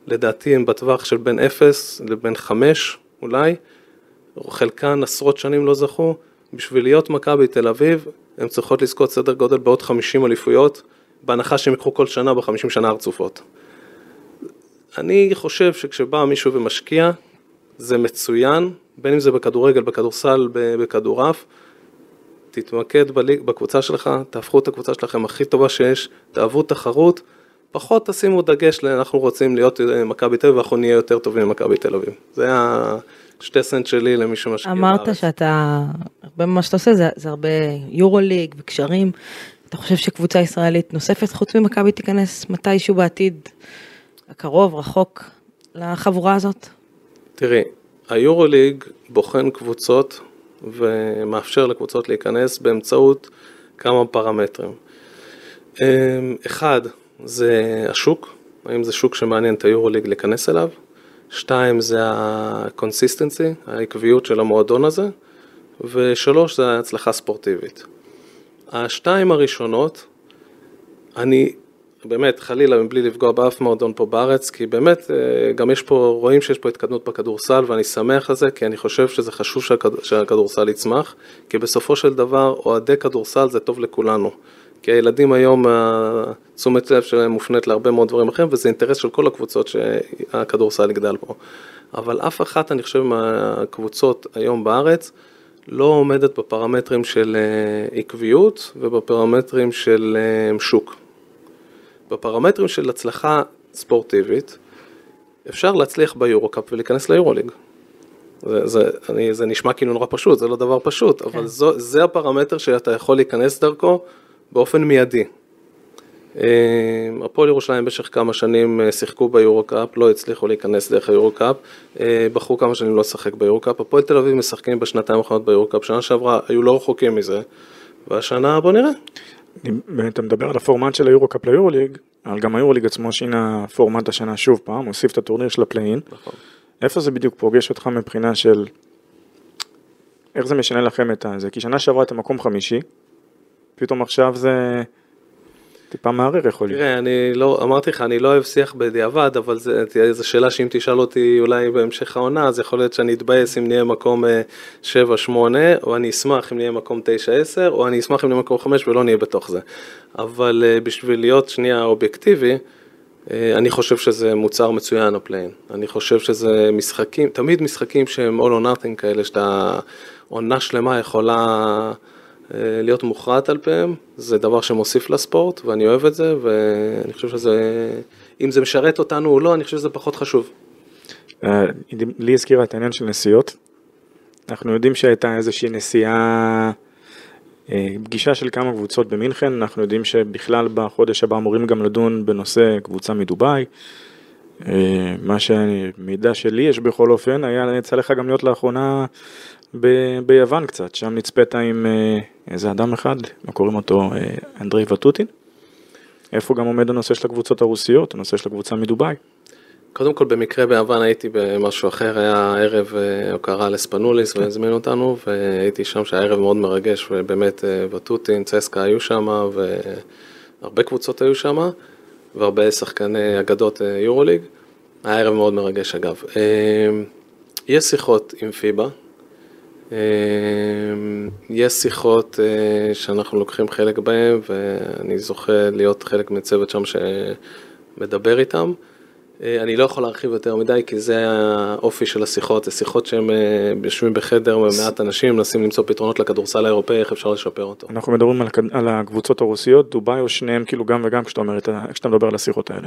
לדעתי הם בטווח של בין 0 לבין 5 אולי, חלקן עשרות שנים לא זכו, בשביל להיות מכבי תל אביב, הם צריכות לזכות סדר גודל בעוד 50 אליפויות, בהנחה שהם יקחו כל שנה ב50 שנה הרצופות. אני חושב שכשבא מישהו ומשקיע, זה מצוין, בין אם זה בכדורגל, בכדורסל, בכדורעף, תתמקד בקבוצה שלך, תהפכו את הקבוצה שלכם הכי טובה שיש, תאהבו תחרות, פחות תשימו דגש אנחנו רוצים להיות מכבי תל אביב, ואנחנו נהיה יותר טובים ממכבי תל אביב. זה השתי סנט שלי למי שמשקיע בארץ. אמרת שאתה, הרבה ממה שאתה עושה, זה הרבה יורוליג וקשרים, אתה חושב שקבוצה ישראלית נוספת חוץ ממכבי תיכנס מתישהו בעתיד הקרוב, רחוק, לחבורה הזאת? תראי, היורוליג בוחן קבוצות ומאפשר לקבוצות להיכנס באמצעות כמה פרמטרים. אחד, זה השוק, האם זה שוק שמעניין את היורוליג להיכנס אליו. 2, זה הקונסיסטנסי, העקביות של המועדון הזה. ו3, זה ההצלחה ספורטיבית. השתיים הראשונות, אני באמת חלילה מבלי לפגוע באף מועדון פה בארץ, כי באמת גם יש פה, רואים שיש פה התקדמות בכדורסל, ואני שמח על זה, כי אני חושב שזה חשוב שהכדורסל יצמח, כי בסופו של דבר, אוהדי כדורסל זה טוב לכולנו. כי הילדים היום, תשומת לב שלהם מופנית להרבה מאוד דברים אחרים, וזה אינטרס של כל הקבוצות שהכדורסל יגדל פה. אבל אף אחת, אני חושב, מהקבוצות היום בארץ, לא עומדת בפרמטרים של עקביות, ובפרמטרים של שוק. בפרמטרים של הצלחה ספורטיבית, אפשר להצליח ביורוקאפ ולהיכנס ליורוליג. זה נשמע כאילו נורא פשוט, זה לא דבר פשוט, אבל זה הפרמטר שאתה יכול להיכנס דרכו באופן מיידי. הפועל ירושלים במשך כמה שנים שיחקו ביורוקאפ, לא הצליחו להיכנס דרך היורוקאפ, בחרו כמה שנים לא לשחק ביורוקאפ, הפועל תל אביב משחקים בשנתיים האחרונות ביורוקאפ, שנה שעברה היו לא רחוקים מזה, והשנה בוא נראה. אתה מדבר על הפורמט של היורוקאפ ליורוליג, אבל גם היורוליג עצמו שינה פורמט השנה שוב פעם, הוסיף את הטורניר של הפליין. נכון. איפה זה בדיוק פוגש אותך מבחינה של, איך זה משנה לכם את זה? כי שנה שעברה את המקום 5, פתאום עכשיו זה טיפה מערער יכול להיות. תראה, אמרתי לך, אני לא אוהב שיח בדיעבד, אבל זו שאלה שאם תשאל אותי אולי בהמשך העונה, אז יכול להיות שאני אתבאס אם נהיה מקום 7-8, או אני אשמח אם נהיה מקום 9-10, או אני אשמח אם נהיה מקום 5 ולא נהיה בתוך זה. אבל בשביל להיות שנייה אובייקטיבי, אני חושב שזה מוצר מצוין הפליין. אני חושב שזה משחקים, תמיד משחקים שהם all or nothing כאלה, שאתה עונה שלמה יכולה להיות מוכרעת על פעם, זה דבר שמוסיף לספורט, ואני אוהב את זה, ואני חושב שזה, אם זה משרת אותנו או לא, אני חושב שזה פחות חשוב. לי הזכירה את העניין של נסיעות. אנחנו יודעים שהייתה איזושהי נסיעה, פגישה של כמה קבוצות במינכן, אנחנו יודעים שבכלל בחודש הבא אמורים גם לדון בנושא קבוצה מדובאי. מה שמידע שלי יש בכל אופן, היה יצא לך גם להיות לאחרונה ביוון קצת, שם נצפת עם איזה אדם אחד, מה קוראים אותו, אנדרי וטוטין. איפה גם עומד הנושא של הקבוצות הרוסיות, הנושא של הקבוצה מדובאי? קודם כל במקרה ביוון הייתי במשהו אחר, היה ערב הוקרה לספנוליס והזמין אותנו, והייתי שם שהערב מאוד מרגש, ובאמת וטוטין, צסקה היו שם, והרבה קבוצות היו שם, והרבה שחקני אגדות יורוליג, הערב מאוד מרגש אגב. יש שיחות עם פיבה, יש שיחות שאנחנו לוקחים חלק בהם, ואני זוכה להיות חלק מצוות שם שמדבר איתם. אני לא יכול להרחיב יותר מדי, כי זה האופי של השיחות, זה שיחות שהם יושבים בחדר ממעט אנשים, מנסים למצוא פתרונות לכדורסל האירופאי, איך אפשר לשפר אותו. אנחנו מדברים על הקבוצות הרוסיות, דובאי או שניהם כאילו גם וגם, כשאתה מדבר על השיחות האלה.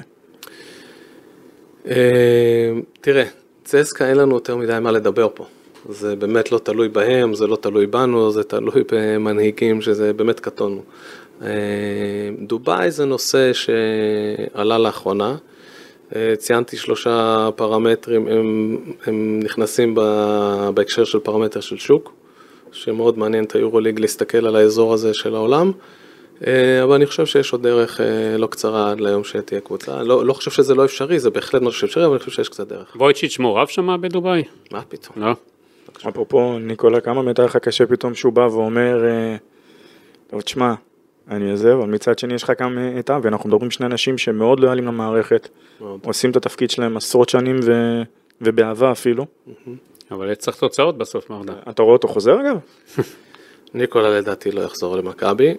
תראה, צסקה אין לנו יותר מדי מה לדבר פה. זה באמת לא תלוי בהם, זה לא תלוי בנו, זה תלוי במנהיגים, שזה באמת קטונו. דובאי זה נושא שעלה לאחרונה, ציינתי 3 פרמטרים, הם נכנסים בהקשר של פרמטר של שוק, שמאוד מעניין את היורוליג להסתכל על האזור הזה של העולם, אבל אני חושב שיש עוד דרך לא קצרה עד ליום שתהיה קבוצה, לא חושב שזה לא אפשרי, זה בהחלט משהו שאפשרי, אבל אני חושב שיש קצת דרך. וויצ'יץ' מעורב שמה בדובאי? מה פתאום? לא. אפרופו, ניקולה, כמה מתאר לך קשה פתאום שהוא בא ואומר, תשמע, אני עוזב, אבל מצד שני יש לך גם את אבי, אנחנו מדברים שני אנשים שמאוד לויאליים למערכת, עושים את התפקיד שלהם עשרות שנים ובאהבה אפילו. אבל צריך תוצאות בסוף מעבדה. אתה רואה אותו חוזר אגב? ניקולה לדעתי לא יחזור למכבי.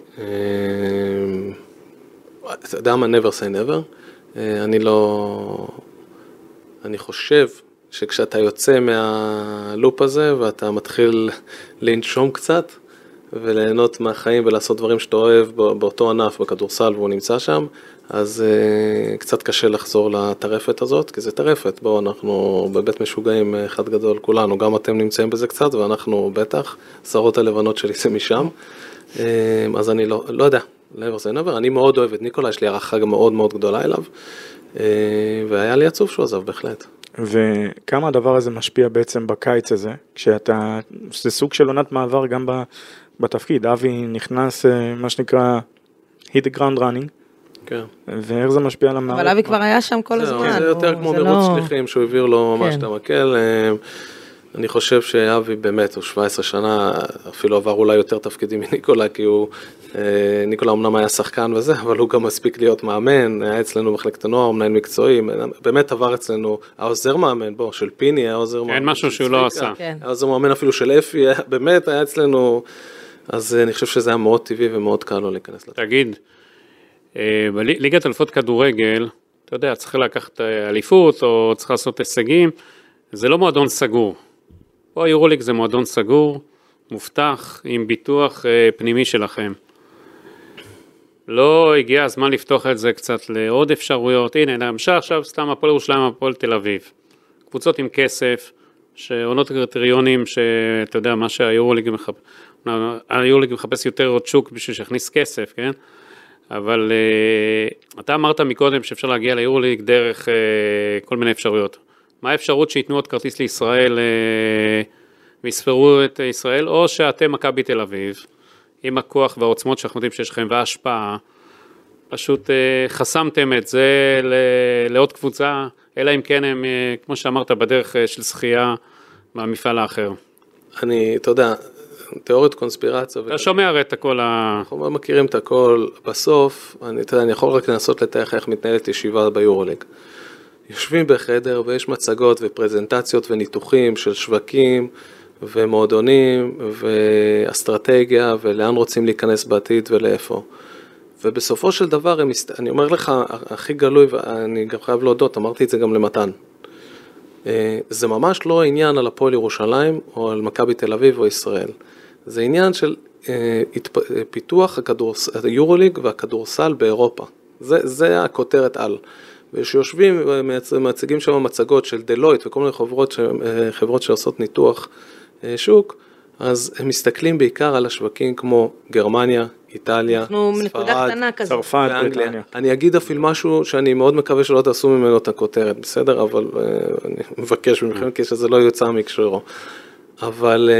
אתה יודע מה, never say never. אני חושב שכשאתה יוצא מהלופ הזה ואתה מתחיל לנשום קצת וליהנות מהחיים ולעשות דברים שאתה אוהב באותו ענף, בכדורסל, והוא נמצא שם, אז קצת קשה לחזור לטרפת הזאת, כי זה טרפת. בואו, אנחנו בבית משוגעים אחד גדול כולנו, גם אתם נמצאים בזה קצת ואנחנו בטח, שרות הלבנות שלי זה משם. אז אני לא יודע, never say never. אני מאוד אוהב את ניקולה, יש לי הערכה גם מאוד מאוד גדולה אליו, והיה לי עצוב שהוא עזב בהחלט. וכמה הדבר הזה משפיע בעצם בקיץ הזה, כשאתה, זה סוג של עונת מעבר גם בתפקיד, אבי נכנס, מה שנקרא, hit the ground running, כן. ואיך זה משפיע על המערכת? אבל אבי כבר היה שם כל הזמן. זה יותר כמו מרוץ שליחים, שהוא העביר לו ממש את המקל. אני חושב שאבי באמת, הוא 17 שנה, אפילו עבר אולי יותר תפקידים מניקולה, כי ניקולה אמנם היה שחקן וזה, אבל הוא גם מספיק להיות מאמן, היה אצלנו מחלקת הנוער, מנהל מקצועי, באמת עבר אצלנו, העוזר מאמן, של פיני, היה עוזר מאמן. אין משהו שהוא לא עשה. היה עוזר מאמן אפילו של אפי, באמת היה אצלנו, אז אני חושב שזה היה מאוד טבעי ומאוד קל לו להיכנס לתפקיד. תגיד, בליגת אלופות כדורגל, אתה יודע, צריך לקחת אליפות, או צריך לעשות הישגים, זה לא מועדון סגור. פה היורוליג זה מועדון סגור, מובטח, עם ביטוח פנימי שלכם. לא הגיע הזמן לפתוח את זה קצת לעוד אפשרויות. הנה, למשל עכשיו סתם הפועל ירושלים, הפועל תל אביב. קבוצות עם כסף, שעונות קריטריונים, שאתה יודע, מה שהיורוליג מחפש יותר עוד שוק בשביל שיכניס כסף, כן? אבל אתה אמרת מקודם שאפשר להגיע ליורוליג דרך כל מיני אפשרויות. מה האפשרות שיתנו עוד כרטיס לישראל ויספרו את ישראל, או שאתם מכבי תל אביב, עם הכוח והעוצמות שאנחנו יודעים שיש לכם וההשפעה, פשוט חסמתם את זה לעוד קבוצה, אלא אם כן הם, כמו שאמרת, בדרך של שחייה מהמפעל האחר. אתה יודע, תיאוריות קונספירציה. אתה שומע הרי את הכל אנחנו מכירים את הכל. בסוף, אני יכול רק לנסות לתאר איך מתנהלת ישיבה ביורוליג. יושבים בחדר ויש מצגות ופרזנטציות וניתוחים של שווקים ומועדונים ואסטרטגיה ולאן רוצים להיכנס בעתיד ולאיפה. ובסופו של דבר, אני אומר לך, הכי גלוי, ואני גם חייב להודות, אמרתי את זה גם למתן. זה ממש לא עניין על הפועל ירושלים או על מכבי תל אביב או ישראל. זה עניין של פיתוח היורוליג והכדורסל באירופה. זה הכותרת על. ושיושבים ומציגים שם מצגות של דלויט וכל מיני חברות שעושות ניתוח שוק, אז הם מסתכלים בעיקר על השווקים כמו גרמניה, איטליה, ספרד, צרפת, ואנגליה. אני אגיד אפילו משהו שאני מאוד מקווה שלא תעשו ממנו את הכותרת, בסדר? אבל אני מבקש ממכם כי שזה לא יוצא מקשרו. אבל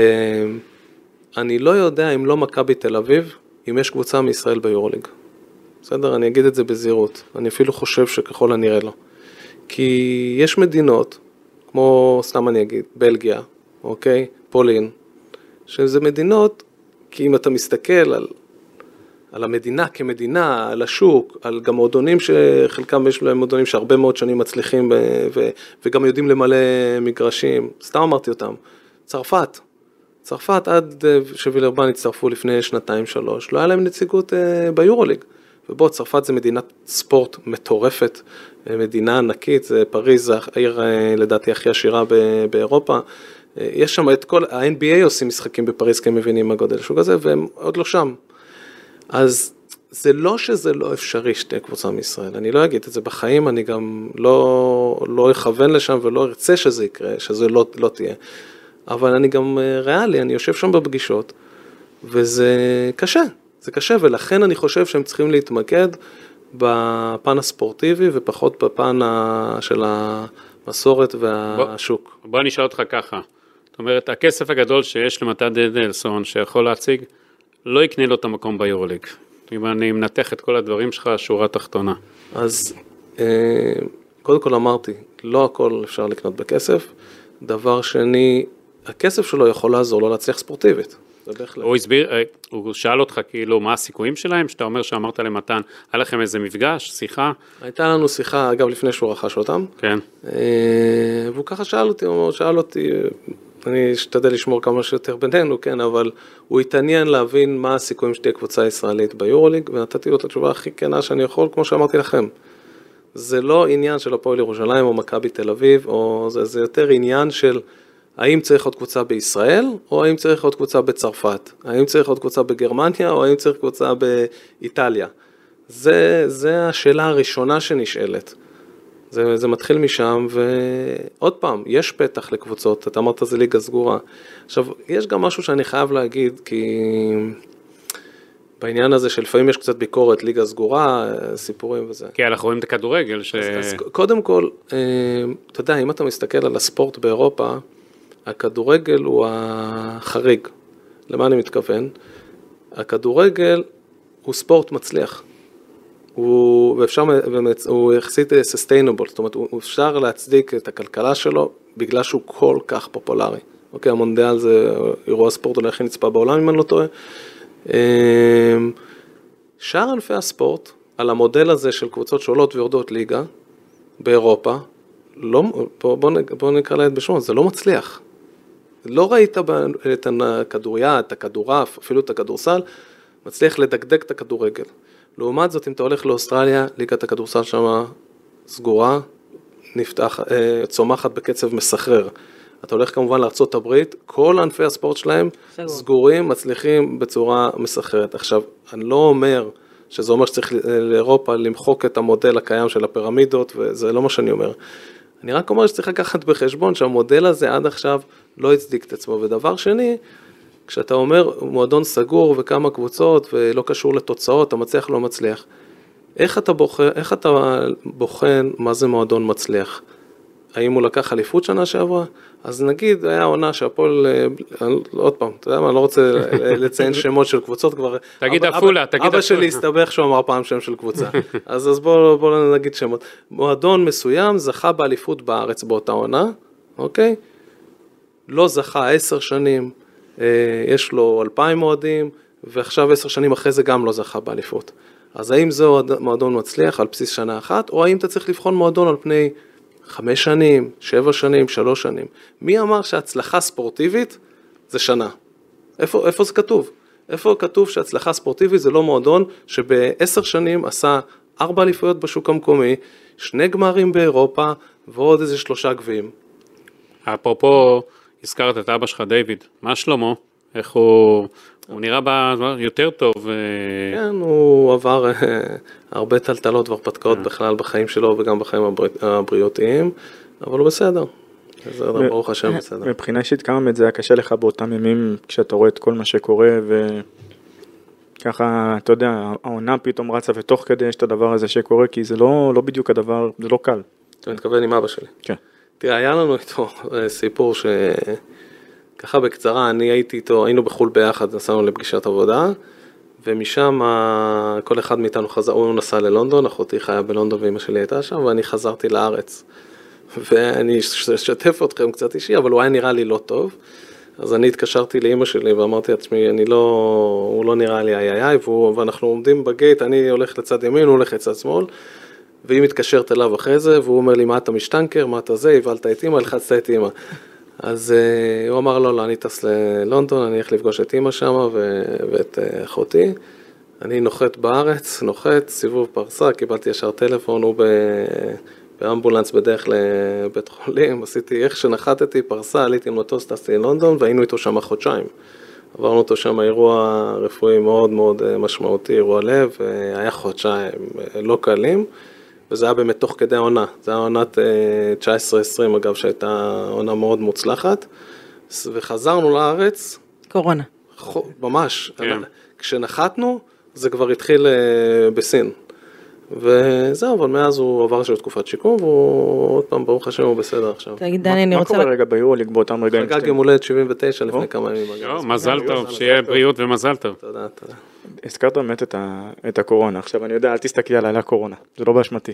אני לא יודע אם לא מכבי תל אביב, אם יש קבוצה מישראל ביורוליג. בסדר? אני אגיד את זה בזהירות. אני אפילו חושב שככל הנראה לא. כי יש מדינות, כמו סתם אני אגיד, בלגיה, אוקיי? פולין, שזה מדינות, כי אם אתה מסתכל על המדינה כמדינה, על השוק, על גם מועדונים שחלקם יש להם מועדונים שהרבה מאוד שנים מצליחים וגם יודעים למלא מגרשים, סתם אמרתי אותם. צרפת עד שווילרבן הצטרפו לפני 2-3, לא היה להם נציגות ביורוליג. ובו צרפת זה מדינת ספורט מטורפת, מדינה ענקית, זה פריז, העיר לדעתי הכי עשירה באירופה. יש שם את כל, ה-NBA עושים משחקים בפריז, כי הם מבינים מה גודל השוק הזה, והם עוד לא שם. אז זה לא שזה לא אפשרי שתי קבוצה מישראל, אני לא אגיד את זה בחיים, אני גם לא אכוון לשם ולא ארצה שזה יקרה, שזה לא תהיה. אבל אני גם ריאלי, אני יושב שם בפגישות, וזה קשה. זה קשה, ולכן אני חושב שהם צריכים להתמקד בפן הספורטיבי, ופחות בפן של המסורת והשוק. בוא נשאל אותך ככה. זאת אומרת, הכסף הגדול שיש למתן דדלסון, שיכול להציג, לא יקנה לו את המקום ביורוליג. אם אני מנתח את כל הדברים שלך, שורה תחתונה. אז קודם כל אמרתי, לא הכל אפשר לקנות בכסף. דבר שני, הכסף שלו יכול לעזור לו להצליח ספורטיבית. זה בהחלט. הוא הסביר, הוא שאל אותך כאילו מה הסיכויים שלהם, שאתה אומר שאמרת למתן, היה לכם איזה מפגש, שיחה? הייתה לנו שיחה, אגב, לפני שהוא רכש אותם. כן. והוא ככה שאל אותי, אני אשתדל לשמור כמה שיותר בינינו, כן, אבל הוא התעניין להבין מה הסיכויים שתהיה קבוצה ישראלית ביורוליג, ונתתי לו את התשובה הכי כנה שאני יכול, כמו שאמרתי לכם. זה לא עניין של הפועל ירושלים או מכבי תל אביב, זה יותר עניין של האם צריך עוד קבוצה בישראל, או האם צריך עוד קבוצה בצרפת, האם צריך עוד קבוצה בגרמניה, או האם צריך קבוצה באיטליה. זה השאלה הראשונה שנשאלת. זה מתחיל משם, ועוד פעם, יש פתח לקבוצות, אתה אמרת זה ליגה סגורה. עכשיו, יש גם משהו שאני חייב להגיד, כי בעניין הזה שלפעמים יש קצת ביקורת, ליגה סגורה, סיפורים וזה. כי אנחנו רואים את הכדורגל. אז קודם כל, אתה יודע, אם אתה מסתכל על הספורט באירופה, הכדורגל הוא החריג. למה אני מתכוון? הכדורגל הוא ספורט מצליח. הוא יחסית sustainable, זאת אומרת, הוא אפשר להצדיק את הכלכלה שלו, בגלל שהוא כל כך פופולרי. אוקיי, המונדיאל זה אירוע ספורט אולי הכי נצפה בעולם, אם אני לא טועה. שאר ענפי הספורט, על המודל הזה של קבוצות שעולות ויורדות ליגה, באירופה, בוא נקרא להם בשמו, זה לא מצליח. לא ראית את הכדוריד, את הכדורף, אפילו את הכדורסל, מצליח לדקדק את הכדורגל. לעומת זאת, אם אתה הולך לאוסטרליה, ליגת הכדורסל שם סגורה, צומחת בקצב מסחרר. אתה הולך כמובן לארצות הברית, כל ענפי הספורט שלהם סגורים, מצליחים בצורה מסחררת. עכשיו, אני לא אומר שזה אומר שצריך לאירופה למחוק את המודל הקיים של הפירמידות, וזה לא מה שאני אומר. אני רק אומר שצריך לקחת בחשבון שהמודל הזה עד עכשיו לא הצדיק את עצמו. ודבר שני, כשאתה אומר מועדון סגור וכמה קבוצות ולא קשור לתוצאות, אתה מצליח לא מצליח. איך אתה בוחן מה זה מועדון מצליח? האם הוא לקח אליפות שנה שעברה? אז נגיד, היה עונה שהפועל, עוד פעם, אתה יודע מה, אני לא רוצה לציין שמות של קבוצות כבר. תגיד אפולה, תגיד אפולה. אבא שלי הסתבך שהוא אמר פעם שם של קבוצה. אז בואו נגיד שמות. מועדון מסוים זכה באליפות בארץ באותה עונה, אוקיי? לא זכה 10 שנים, יש לו 2,000 מועדים, ועכשיו 10 שנים אחרי זה גם לא זכה באליפות. אז האם זה מועדון מצליח על בסיס שנה אחת, או האם אתה צריך לבחון מועדון על פני 5 שנים, 7 שנים, 3 שנים? מי אמר שהצלחה ספורטיבית זה שנה? איפה זה כתוב? איפה כתוב שהצלחה ספורטיבית זה לא מועדון שב10 שנים עשה 4 אליפויות בשוק המקומי, 2 גמרים באירופה ועוד איזה 3 גביעים? אפרופו, הזכרת את אבא שלך דיוויד, מה שלמה? איך הוא נראה יותר טוב? כן, הוא עבר הרבה טלטלות והרפתקאות בכלל בחיים שלו וגם בחיים הבריאותיים, אבל הוא בסדר. זה ברוך השם בסדר. מבחינה אישית כמה זה היה קשה לך באותם ימים כשאתה רואה את כל מה שקורה וככה, אתה יודע, העונה פתאום רצה ותוך כדי יש את הדבר הזה שקורה, כי זה לא בדיוק הדבר, זה לא קל. אתה מתכוון עם אבא שלי. כן. תראה, היה לנו איתו סיפור ככה בקצרה, אני הייתי איתו, היינו בחול ביחד, נסענו לפגישת עבודה, ומשם כל אחד מאיתנו חזר, הוא נסע ללונדון, אחותי חיה בלונדון ואמא שלי הייתה שם, ואני חזרתי לארץ. ואני אשתף אתכם קצת אישי, אבל הוא היה נראה לי לא טוב, אז אני התקשרתי לאמא שלי ואמרתי לעצמי, הוא לא נראה לי איי, ואנחנו עומדים בגייט, אני הולך לצד ימין, הוא הולך לצד שמאל, והיא מתקשרת אליו אחרי זה, והוא אומר לי, מה אתה משטנקר, מה אתה זה, הבלת את אמא, לחצת את אמא. אז הוא אמר, לא, אני טס ללונדון, אני הולך לפגוש את אמא שם ואת אחותי. אני נוחת בארץ, סיבוב פרסה, קיבלתי ישר טלפון, הוא באמבולנס בדרך לבית חולים, עשיתי איך שנחתתי פרסה, עליתי עם מטוס, טסתי ללונדון, והיינו איתו שם חודשיים. עברנו אותו שם אירוע רפואי מאוד מאוד משמעותי, אירוע לב, היה חודשיים לא קלים, וזה היה באמת תוך כדי העונה, זה היה עונת 19-20 אגב, שהייתה עונה מאוד מוצלחת, וחזרנו לארץ. קורונה. ממש, כן. כשנחתנו זה כבר התחיל בסין, וזהו, אבל מאז הוא עבר של תקופת שיקום, והוא עוד פעם, ברוך השם, הוא בסדר עכשיו. תגיד, דני, אני רוצה... מה קורה רגע ביורוליג באותם רגעים? חגג יום הולדת 79 לפני כמה ימים. מזל טוב, שיהיה בריאות ומזל טוב. תודה. הזכרת באמת את הקורונה. עכשיו, אני יודע, אל תסתכלי עליי, הקורונה. זה לא באשמתי.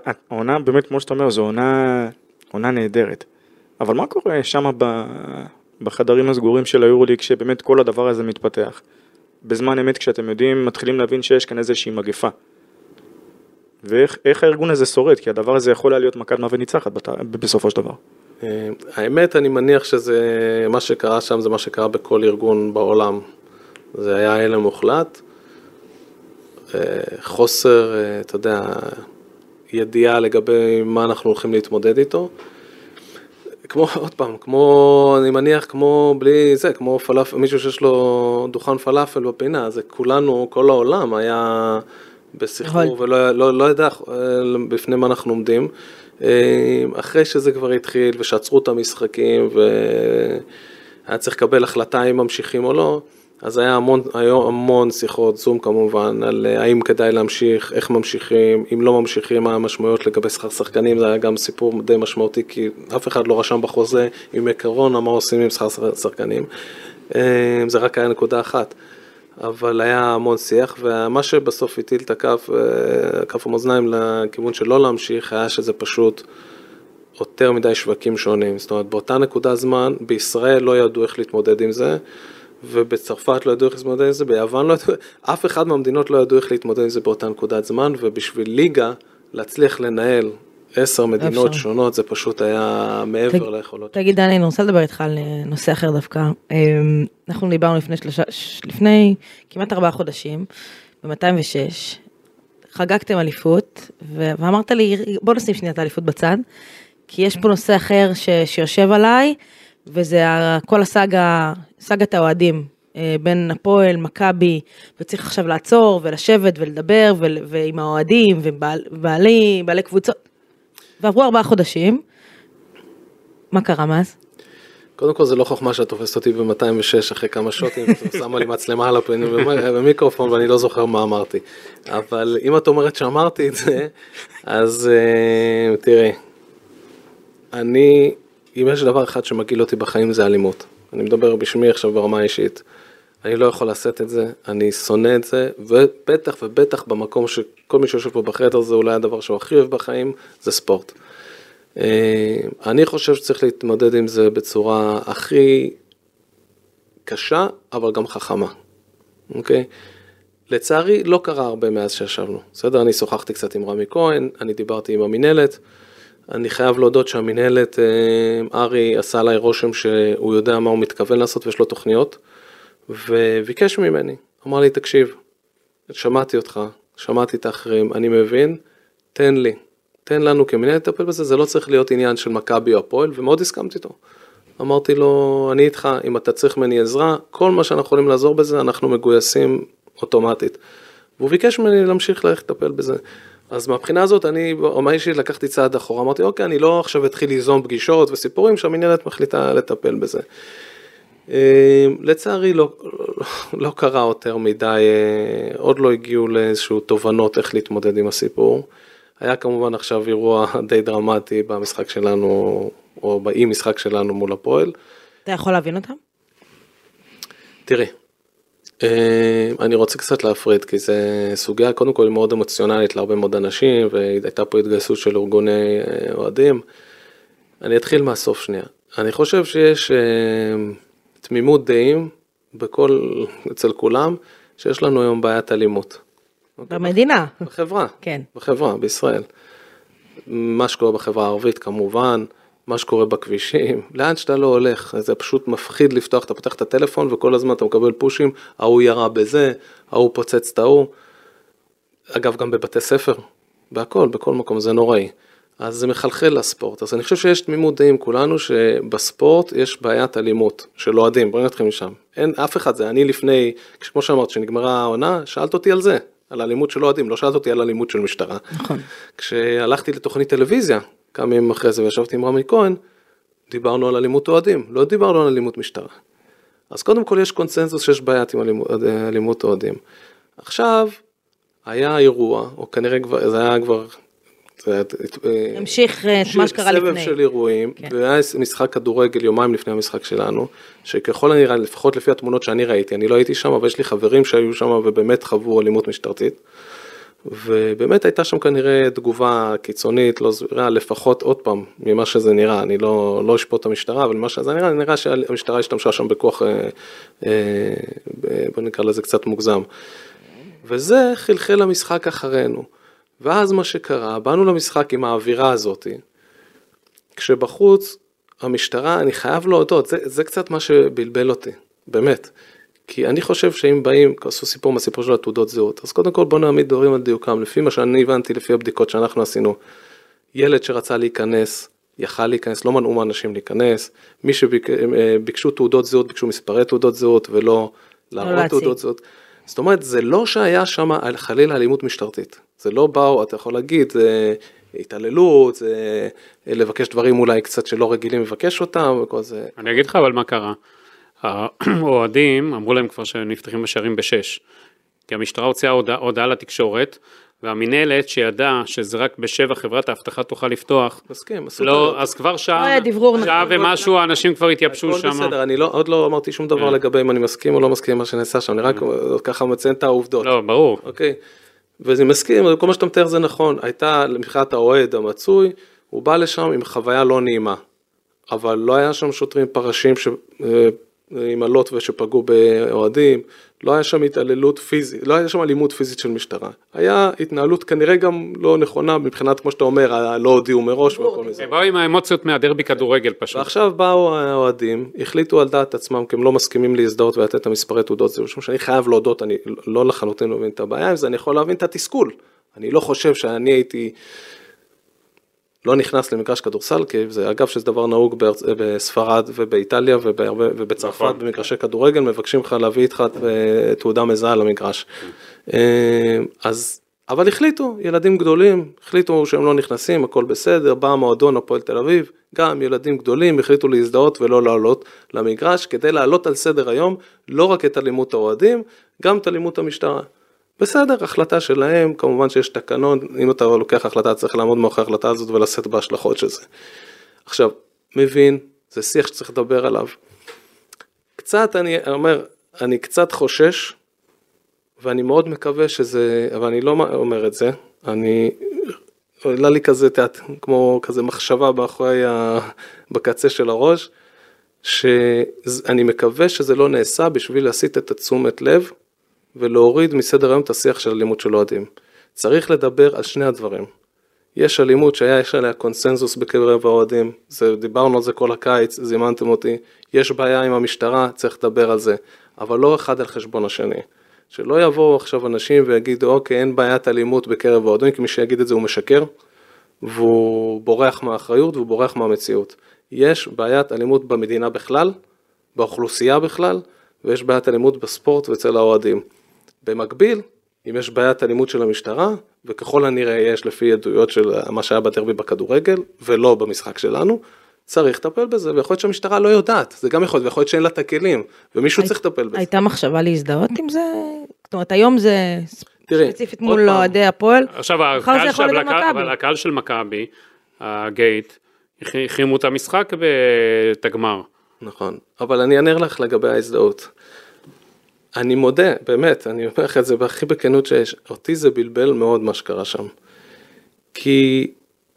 העונה, באמת, כמו שאתה אומר, זו עונה נהדרת. אבל מה קורה שם בחדרים הסגורים של היורוליג, שבאמת כל הדבר הזה מתפתח. בזמן אמת כשאתם יודעים, מתחילים להבין שיש כאן איזושהי מגפה. ואיך הארגון הזה שורד, כי הדבר הזה יכול להיות מכת מוות ניצחת בסופו של דבר. האמת, אני מניח שזה, מה שקרה שם זה מה שקרה בכל ארגון בעולם. זה היה הלם מוחלט, חוסר, אתה יודע, ידיעה לגבי מה אנחנו הולכים להתמודד איתו. כמו, עוד פעם, כמו, אני מניח, כמו בלי זה, כמו פלאפל, מישהו שיש לו דוכן פלאפל בפינה, זה כולנו, כל העולם היה בסחרור ולא ידע בפני מה אנחנו עומדים. אחרי שזה כבר התחיל ושעצרו את המשחקים והיה צריך לקבל החלטה אם ממשיכים או לא, אז היה המון שיחות, זום כמובן, על האם כדאי להמשיך, איך ממשיכים, אם לא ממשיכים, מה המשמעויות לגבי שכר שחקנים, זה היה גם סיפור די משמעותי, כי אף אחד לא רשם בחוזה עם עקרון, מה עושים עם שכר שחקנים, זה רק היה נקודה אחת, אבל היה המון שיח, ומה שבסוף הטיל את כף המאזניים לכיוון שלא להמשיך, היה שזה פשוט יותר מדי שווקים שונים, זאת אומרת, באותה נקודה זמן, בישראל לא ידעו איך להתמודד עם זה, ובצרפת לא ידעו איך להתמודד עם זה, ביוון לא ידעו, אף אחד מהמדינות לא ידעו איך להתמודד עם זה באותה נקודת זמן, ובשביל ליגה להצליח לנהל 10 מדינות שונות, זה פשוט היה מעבר ליכולות. תגיד דני, אני רוצה לדבר איתך על נושא אחר דווקא. אנחנו דיברנו לפני כמעט 4 חודשים, ב-206, חגגתם אליפות, ואמרת לי, בוא נשים שנייה את האליפות בצד, כי יש פה נושא אחר שיושב עליי, וזה כל סאגת האוהדים, בין הפועל, מכבי, וצריך עכשיו לעצור ולשבת ולדבר, ועם האוהדים, ובעלי קבוצות. ועברו 4 חודשים, מה קרה מאז? קודם כל זה לא חוכמה שאת תופסת אותי ב-206 אחרי כמה שוטים, שמה לי מצלמה על הפנים במיקרופון ואני לא זוכר מה אמרתי. אבל אם את אומרת שאמרתי את זה, אז תראי, אם יש דבר אחד שמגיל אותי בחיים זה אלימות. אני מדבר בשמי עכשיו ברמה אישית. אני לא יכול לעשות את זה, אני שונא את זה, ובטח במקום שכל מי שיושב פה בחדר זה אולי הדבר שהוא הכי אוהב בחיים, זה ספורט. אני חושב שצריך להתמודד עם זה בצורה הכי קשה, אבל גם חכמה. אוקיי? לצערי לא קרה הרבה מאז שישבנו. בסדר, אני שוחחתי קצת עם רמי כהן, אני דיברתי עם המנהלת, אני חייב להודות שהמנהלת, ארי עשה עליי רושם שהוא יודע מה הוא מתכוון לעשות ויש לו תוכניות, וביקש ממני, אמר לי, תקשיב, שמעתי אותך, שמעתי את האחרים, אני מבין, תן לנו כמנהלת לטפל בזה, זה לא צריך להיות עניין של מכבי או הפועל, ומאוד הסכמתי איתו. אמרתי לו, אני איתך, אם אתה צריך ממני עזרה, כל מה שאנחנו יכולים לעזור בזה, אנחנו מגויסים אוטומטית. והוא ביקש ממני להמשיך לטפל בזה. אז מהבחינה הזאת, מה אישית לקחתי צעד אחורה, אמרתי, אוקיי, אני לא עכשיו אתחיל ליזום פגישות וסיפורים, שהמנהלת מחליטה לטפל בזה. לצערי לא קרה יותר מדי, עוד לא הגיעו לאיזשהו תובנות איך להתמודד עם הסיפור. היה כמובן עכשיו אירוע די דרמטי במשחק שלנו, או באי משחק שלנו מול הפועל. אתה יכול להבין אותם? תראי, אני רוצה קצת להפריד, כי זה סוגיה קודם כל מאוד אמוציונלית להרבה מאוד אנשים, והייתה פה התגייסות של ארגוני אוהדים. אני אתחיל מהסוף שנייה. אני חושב שיש תמימות דעים אצל כולם, שיש לנו היום בעיית אלימות. במדינה. בחברה. כן. בחברה, בישראל. מה שקורה בחברה הערבית כמובן, מה שקורה בכבישים, לאן שאתה לא הולך, זה פשוט מפחיד לפתוח, אתה פותח את הטלפון וכל הזמן אתה מקבל פושים, ההוא ירה בזה, ההוא פוצץ את ההוא. אגב, גם בבתי ספר, בכל מקום, זה נוראי. אז זה מחלחל לספורט. אז אני חושב שיש תמימות דעים כולנו שבספורט יש בעיית אלימות של אוהדים, בואי נתחיל משם. אין אף אחד זה, אני לפני, כמו שאמרת, שנגמרה העונה, שאלת אותי על זה, על אלימות של אוהדים, לא שאלת אותי על אלימות של משטרה. נכון. כשהלכתי לתוכנית טלוויזיה, כמה ימים אחרי זה וישבתי עם רמי כהן, דיברנו על אלימות אוהדים, לא דיברנו על אלימות משטרה. אז קודם כל יש קונסנזוס שיש בעיית עם אלימות אוהדים. עכשיו, היה אירוע, או כנראה זה היה כבר המשיך את מה שקרה לפני. סבב של אירועים, והיה משחק כדורגל יומיים לפני המשחק שלנו, שככל הנראה, לפחות לפי התמונות שאני ראיתי, אני לא הייתי שם, אבל יש לי חברים שהיו שם ובאמת חוו אלימות משטרתית, ובאמת הייתה שם כנראה תגובה קיצונית, לא סבירה, לפחות עוד פעם, ממה שזה נראה, אני לא אשפוט את המשטרה, אבל ממה שזה נראה שהמשטרה השתמשה שם בכוח, בוא נקרא לזה קצת מוגזם. וזה חלחל למשחק אחרינו. ואז מה שקרה, באנו למשחק עם האווירה הזאת, כשבחוץ המשטרה, אני חייב להודות, זה קצת מה שבלבל אותי, באמת. כי אני חושב שאם באים, עשו סיפור מהסיפור של התעודות זהות, אז קודם כל בוא נעמיד דברים על דיוקם, לפי מה שאני הבנתי, לפי הבדיקות שאנחנו עשינו, ילד שרצה להיכנס, יכל להיכנס, לא מנעו מאנשים להיכנס, מי שביקשו תעודות זהות, ביקשו מספרי תעודות זהות, ולא להראות תעודות זהות. זאת אומרת, זה לא שהיה שם חלילה אלימות משטרתית, זה לא באו, אתה יכול להגיד, זה התעללות, זה לבקש דברים אולי קצת שלא רגילים לבקש אותם, וכל זה. אני אגיד לך אבל מה קרה. האוהדים אמרו להם כבר שנפתחים בשערים ב-6, כי המשטרה הוציאה הודעה לתקשורת, והמנהלת שידעה שזה רק ב-7 חברת ההבטחה תוכל לפתוח, מסכים, לא, אז כבר שעה ומשהו, האנשים כבר התייבשו שם. בסדר, אני עוד לא אמרתי שום דבר לגבי אם אני מסכים או לא מסכים עם מה שנעשה שם, אני רק ככה מציין את העובדות. לא, ברור. אוקיי, ואני מסכים, כל מה שאתה מתאר זה נכון, הייתה מבחינת האוהד המצוי, הוא בא לשם עם חוויה לא נעימה, אבל לא היה שם שוטרים פרשים עם עלות ושפגעו באוהדים, לא היה שם התעללות פיזית, לא היה שם אלימות פיזית של משטרה. היה התנהלות כנראה גם לא נכונה, מבחינת כמו שאתה אומר, לא הודיעו מראש וכל מזה. באו עם האמוציות מהדרבי כדורגל פשוט. ועכשיו באו האוהדים, החליטו על דעת עצמם, כי הם לא מסכימים להזדהות ולתת את המספרי תעודות, זה משום שאני חייב להודות, אני לא לחלוטין מבין את הבעיה עם זה, אני יכול להבין את התסכול. אני לא חושב שאני הייתי לא נכנס למגרש כדורסל, כי זה אגב שזה דבר נהוג בספרד ובאיטליה ובצרפת במגרשי כדורגל, מבקשים לך להביא איתך תעודה מזהה למגרש. אז, אבל החליטו, ילדים גדולים, החליטו שהם לא נכנסים, הכל בסדר, בא המועדון הפועל תל אביב, גם ילדים גדולים החליטו להזדהות ולא לעלות למגרש, כדי לעלות על סדר היום, לא רק את אלימות האוהדים, גם את אלימות המשטרה. בסדר, החלטה שלהם, כמובן שיש תקנון, אם אתה לוקח החלטה, צריך לעמוד מאחורי ההחלטה הזאת ולשאת בהשלכות של זה. עכשיו, מבין, זה שיח שצריך לדבר עליו. קצת, אני אומר, אני קצת חושש, ואני מאוד מקווה שזה, אבל אני לא אומר את זה, עולה לי כזה, כמו כזה מחשבה בקצה של הראש, שאני מקווה שזה לא נעשה בשביל להסיט את תשומת לב, ולהוריד מסדר היום את השיח של אלימות של אוהדים. צריך לדבר על שני הדברים. יש אלימות יש עליה קונסנזוס בקרב האוהדים, דיברנו על זה כל הקיץ, זימנתם אותי, יש בעיה עם המשטרה, צריך לדבר על זה, אבל לא אחד על חשבון השני. שלא יבואו עכשיו אנשים ויגידו, אוקיי, אין בעיית אלימות בקרב האוהדים, כי מי שיגיד את זה הוא משקר, והוא בורח מהאחריות והוא בורח מהמציאות. יש בעיית אלימות במדינה בכלל, באוכלוסייה בכלל, ויש בעיית אלימות בספורט ואצל האוהדים. במקביל, אם יש בעיית אלימות של המשטרה, וככל הנראה יש לפי עדויות של מה שהיה בדרבי בכדורגל, ולא במשחק שלנו, צריך לטפל בזה, ויכול להיות שהמשטרה לא יודעת, זה גם יכול להיות, ויכול להיות שאין לה את הכלים, ומישהו צריך לטפל בזה. הייתה מחשבה להזדהות עם זה? זאת אומרת, היום זה ספציפית מול אוהדי הפועל, עכשיו, הקהל של מכבי, הגייט, החרימו את המשחק ואת הגמר. נכון, אבל אני אענה לך לגבי ההזדהות. אני מודה, באמת, אני אומר לך את זה בהכי בכנות שיש, אותי זה בלבל מאוד מה שקרה שם. כי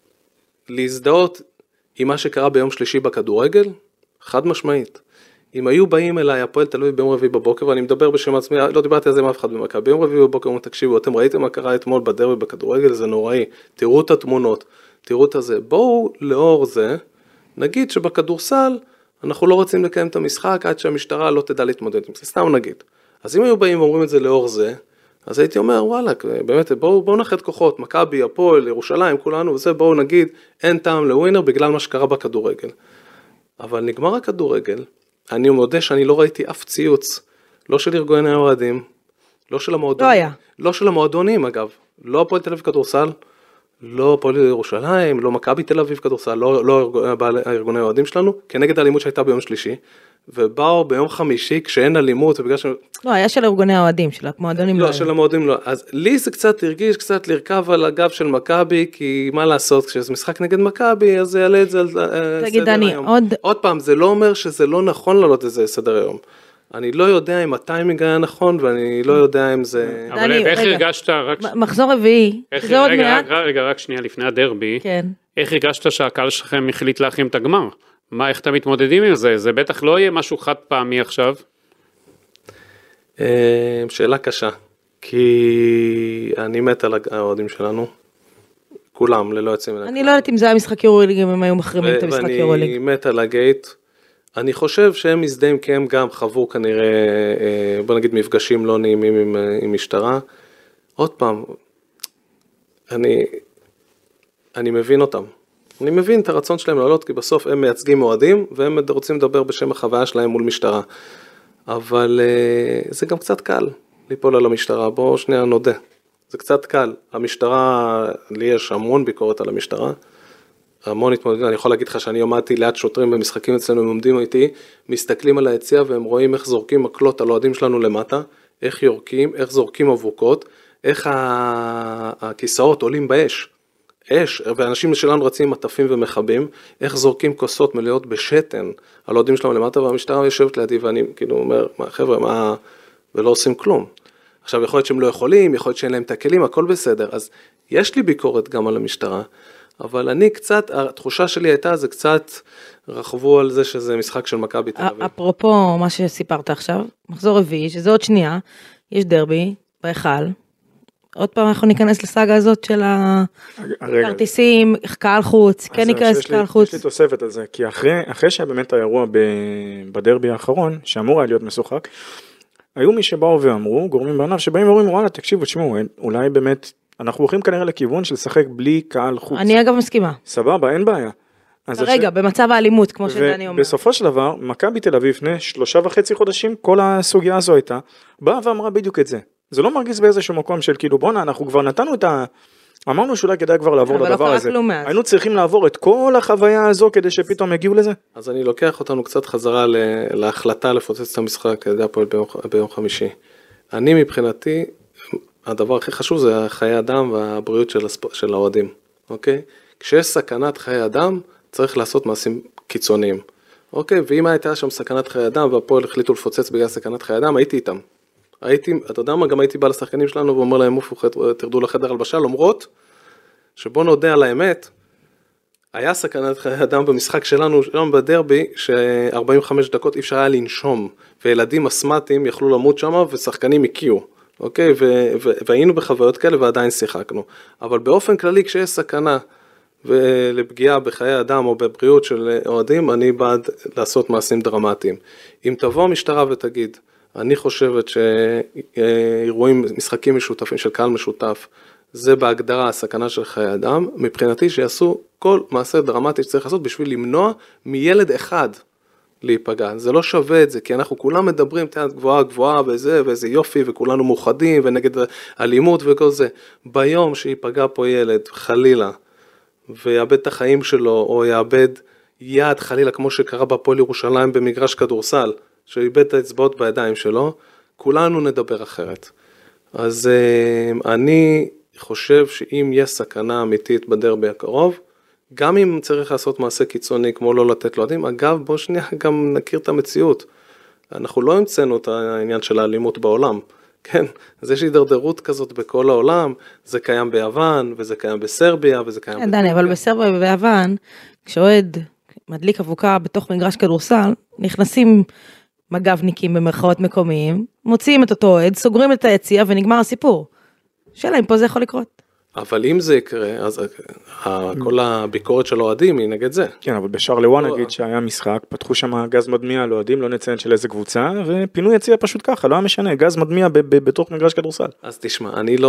להזדהות עם מה שקרה ביום שלישי בכדורגל, חד משמעית. אם היו באים אליי, הפועל תל אביב ביום רביעי בבוקר, ואני מדבר בשם עצמי, לא דיברתי על זה עם אף אחד במכבי, ביום רביעי בבוקר, תקשיבו, אתם ראיתם מה קרה אתמול בדרבי בכדורגל, זה נוראי, תראו את התמונות, תראו את זה, בואו לאור זה, נגיד שבכדורסל, אנחנו לא רוצים לקיים את המשחק עד שהמשטרה לא תדע להתמודד עם זה, סתם נגיד. אז אם היו באים ואומרים את זה לאור זה, אז הייתי אומר, וואלה, באמת, בואו נחד כוחות, מכבי, הפועל, ירושלים, כולנו, וזה, בואו נגיד, אין טעם לווינר בגלל מה שקרה בכדורגל. אבל נגמר הכדורגל, אני מודה שאני לא ראיתי אף ציוץ, לא של ארגוני האוהדים, לא של המועדונים. לא היה. לא של המועדונים, אגב. לא הפועל תל אביב כדורסל, לא הפועל ירושלים, לא מכבי תל אביב כדורסל, לא ארגוני האוהדים שלנו, כנגד האלימות שהייתה ביום שלישי, ובאו ביום חמישי כשאין אלימות, ובגלל לא, היה של ארגוני האוהדים, של המועדונים לא. לא, של המועדונים לא. אז לי זה קצת הרגיש, קצת לרכב על הגב של מכבי, כי מה לעשות, כשזה משחק נגד מכבי, אז זה יעלה את זה על סדר היום. תגיד, דני, עוד פעם, זה לא אומר שזה לא נכון לעלות את זה סדר היום. אני לא יודע אם הטיימינג היה נכון, ואני לא יודע אם זה... אבל איך הרגשת, מחזור רביעי, זה עוד מעט. רגע, רק שנייה לפני הדרבי, כן. איך הרגשת שהקהל שלכם החליט להכין את הגמר? איך אתם מתמודדים עם זה? זה בטח לא יהיה משהו חד פעמי עכשיו. שאלה קשה, כי אני מת על האוהדים שלנו, כולם, ללא יוצאים מן הכלל. אני לא יודעת אם זה היה משחק יורוליג, אם הם היו מחרימים את המשחק יורוליג. ואני מת על הגייט. אני חושב שהם מזדהים כי הם גם חוו כנראה, בוא נגיד, מפגשים לא נעימים עם משטרה. עוד פעם, אני מבין אותם. אני מבין את הרצון שלהם לעלות, כי בסוף הם מייצגים אוהדים, והם רוצים לדבר בשם החוויה שלהם מול משטרה. אבל זה גם קצת קל ליפול על המשטרה, בואו שנייה נודה. זה קצת קל. המשטרה, לי יש המון ביקורת על המשטרה, המון התמודדים. אני יכול להגיד לך שאני עמדתי ליד שוטרים במשחקים אצלנו, הם עומדים איתי, מסתכלים על היציאה והם רואים איך זורקים מקלות על אוהדים שלנו למטה, איך יורקים, איך זורקים אבוקות, איך הכיסאות עולים באש. אש, ואנשים שלנו רצים מטפים ומחבים, איך זורקים כוסות מלאות בשתן על אוהדים שלנו למטה, והמשטרה יושבת לידי ואני כאילו אומר, חבר'ה, מה, ולא עושים כלום. עכשיו יכול להיות שהם לא יכולים, יכול להיות שאין להם את הכלים, הכל בסדר, אז יש לי ביקורת גם על המשטרה, אבל אני קצת, התחושה שלי הייתה, זה קצת רחבו על זה שזה משחק של מכבי תל אביב. אפרופו מה שסיפרת עכשיו, מחזור רביעי, שזה עוד שנייה, יש דרבי, בהיכל, עוד פעם אנחנו ניכנס לסאגה הזאת של הכרטיסים, קהל חוץ, כן ניכנס קהל חוץ. יש לי תוספת על זה, כי אחרי שהיה באמת האירוע בדרבי האחרון, שאמור היה להיות משוחק, היו מי שבאו ואמרו, גורמים בענף, שבאים ואומרים, וואלה, תקשיבו, תשמעו, אולי באמת, אנחנו הולכים כנראה לכיוון של לשחק בלי קהל חוץ. אני אגב מסכימה. סבבה, אין בעיה. רגע, במצב האלימות, כמו שדני אומר. ובסופו של דבר, מכבי תל אביב לפני 3.5 חודשים, כל הסוגיה הזו הייתה, באה ואמרה בדיוק את זה. זה לא מרגיז באיזשהו מקום של כאילו, בונה, אנחנו כבר נתנו את אמרנו שאולי כדאי כבר לעבור לדבר הזה. היינו צריכים לעבור את כל החוויה הזו כדי שפתאום יגיעו לזה. אז אני לוקח אותנו קצת חזרה להחלטה לפוצץ את המשחק כדי הפועל ביום חמישי. אני מבחינתי, הדבר הכי חשוב זה חיי אדם והבריאות של האוהדים. אוקיי? כשיש סכנת חיי אדם, צריך לעשות מעשים קיצוניים. אוקיי? ואם הייתה שם סכנת חיי אדם והפועל החליטו לפוצץ בגלל סכנת חיי אדם, הייתי איתם. אתה יודע מה, גם הייתי בא לשחקנים שלנו ואומר להם, תרדו לחדר הלבשה, למרות שבוא נודה על האמת, היה סכנת חיי אדם במשחק שלנו, היום בדרבי, ש45 דקות אי אפשר היה לנשום, וילדים אסמטיים יכלו למות שם, ושחקנים הקיעו, אוקיי? והיינו בחוויות כאלה ועדיין שיחקנו. אבל באופן כללי, כשיש סכנה ולפגיעה בחיי אדם או בבריאות של אוהדים, אני בעד לעשות מעשים דרמטיים. אם תבוא המשטרה ותגיד, אני חושבת שאירועים, משחקים משותפים של קהל משותף, זה בהגדרה הסכנה של חיי אדם, מבחינתי שיעשו כל מעשה דרמטי שצריך לעשות בשביל למנוע מילד אחד להיפגע. זה לא שווה את זה, כי אנחנו כולם מדברים גבוהה וזה, ואיזה יופי, וכולנו מאוחדים, ונגד אלימות וכל זה. ביום שיפגע פה ילד, חלילה, ויאבד את החיים שלו, או יאבד יד חלילה, כמו שקרה בפועל ירושלים במגרש כדורסל, שאיבד את האצבעות בידיים שלו, כולנו נדבר אחרת. אז אני חושב שאם יש סכנה אמיתית בדרבי הקרוב, גם אם צריך לעשות מעשה קיצוני כמו לא לתת לאוהדים, אגב בוא שנייה גם נכיר את המציאות. אנחנו לא המצאנו את העניין של האלימות בעולם, כן? אז יש הידרדרות כזאת בכל העולם, זה קיים ביוון, וזה קיים בסרביה, וזה קיים בטורקיה. דני, אבל בסרביה וביוון, כשאוהד מדליק אבוקה בתוך מגרש כדורסל, נכנסים מג"בניקים במרכאות מקומיים, מוציאים את אותו אוהד, סוגרים את היציאה ונגמר הסיפור. שאלה אם פה זה יכול לקרות. אבל אם זה יקרה, אז כל הביקורת של אוהדים היא נגד זה. כן, אבל בשרלוואן נגיד שהיה משחק, פתחו שם גז מדמיע על אוהדים, לא נציין של איזה קבוצה, ופינו יציאה פשוט ככה, לא היה משנה, גז מדמיע בתוך מגרש כדורסל. אז תשמע, אני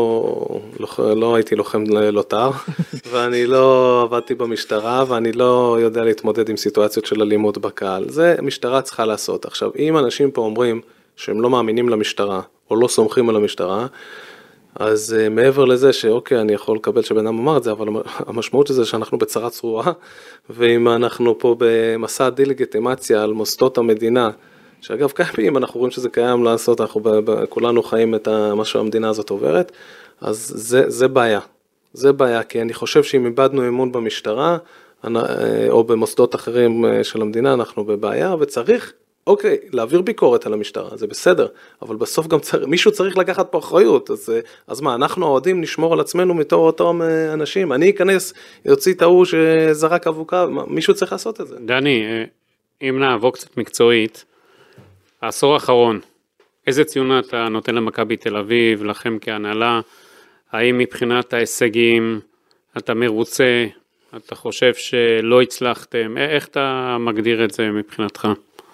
לא הייתי לוחם לוטר, ואני לא עבדתי במשטרה, ואני לא יודע להתמודד עם סיטואציות של אלימות בקהל. זה משטרה צריכה לעשות. עכשיו, אם אנשים פה אומרים שהם לא מאמינים למשטרה, או לא סומכים על המשטרה, אז מעבר לזה שאוקיי, אני יכול לקבל שבן אדם אמר את זה, אבל המשמעות של זה שאנחנו בצרה צרורה, ואם אנחנו פה במסע דה-לגיטימציה על מוסדות המדינה, שאגב קיימים, אנחנו רואים שזה קיים לעשות, אנחנו כולנו חיים את מה שהמדינה הזאת עוברת, אז זה בעיה. זה בעיה, כי אני חושב שאם איבדנו אמון במשטרה, או במוסדות אחרים של המדינה, אנחנו בבעיה, וצריך אוקיי, להעביר ביקורת על המשטרה, זה בסדר, אבל בסוף גם מישהו צריך לקחת פה אחריות, אז מה, אנחנו האוהדים נשמור על עצמנו מתור אותם אנשים, אני אכנס, יוציא את ההוא שזרק אבוקה, מישהו צריך לעשות את זה. דני, אם נעבור קצת מקצועית, העשור האחרון, איזה ציון אתה נותן למכבי תל אביב, לכם כהנהלה, האם מבחינת ההישגים אתה מרוצה, אתה חושב שלא הצלחתם, איך אתה מגדיר את זה מבחינתך?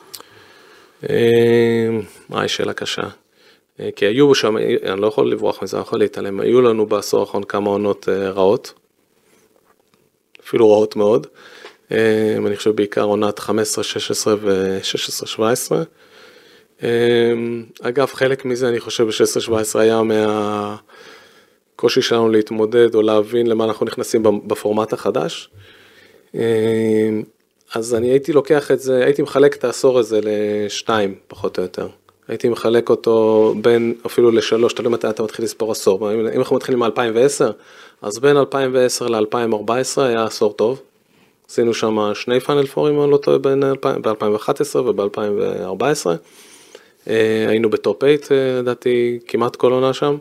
שאלה קשה, כי היו שם, אני לא יכול לברוח מזה, אני יכול להתעלם, היו לנו בעשור האחרון כמה עונות רעות, אפילו רעות מאוד, אני חושב בעיקר עונת 15, 16 ו-16, 17, אגב חלק מזה אני חושב ב-16, 17 היה מהקושי שלנו להתמודד או להבין למה אנחנו נכנסים בפורמט החדש, אז אני הייתי לוקח את זה, הייתי מחלק את העשור הזה לשתיים, פחות או יותר. הייתי מחלק אותו בין אפילו לשלוש, תלוי מתי אתה מתחיל לספור עשור. אם אנחנו מתחילים מ-2010, אז בין 2010 ל-2014 היה עשור טוב. עשינו שם שני פיינל פורים, אני לא טועה, ב-2011 וב-2014. היינו בטופ 8, לדעתי, כמעט כל עונה שם.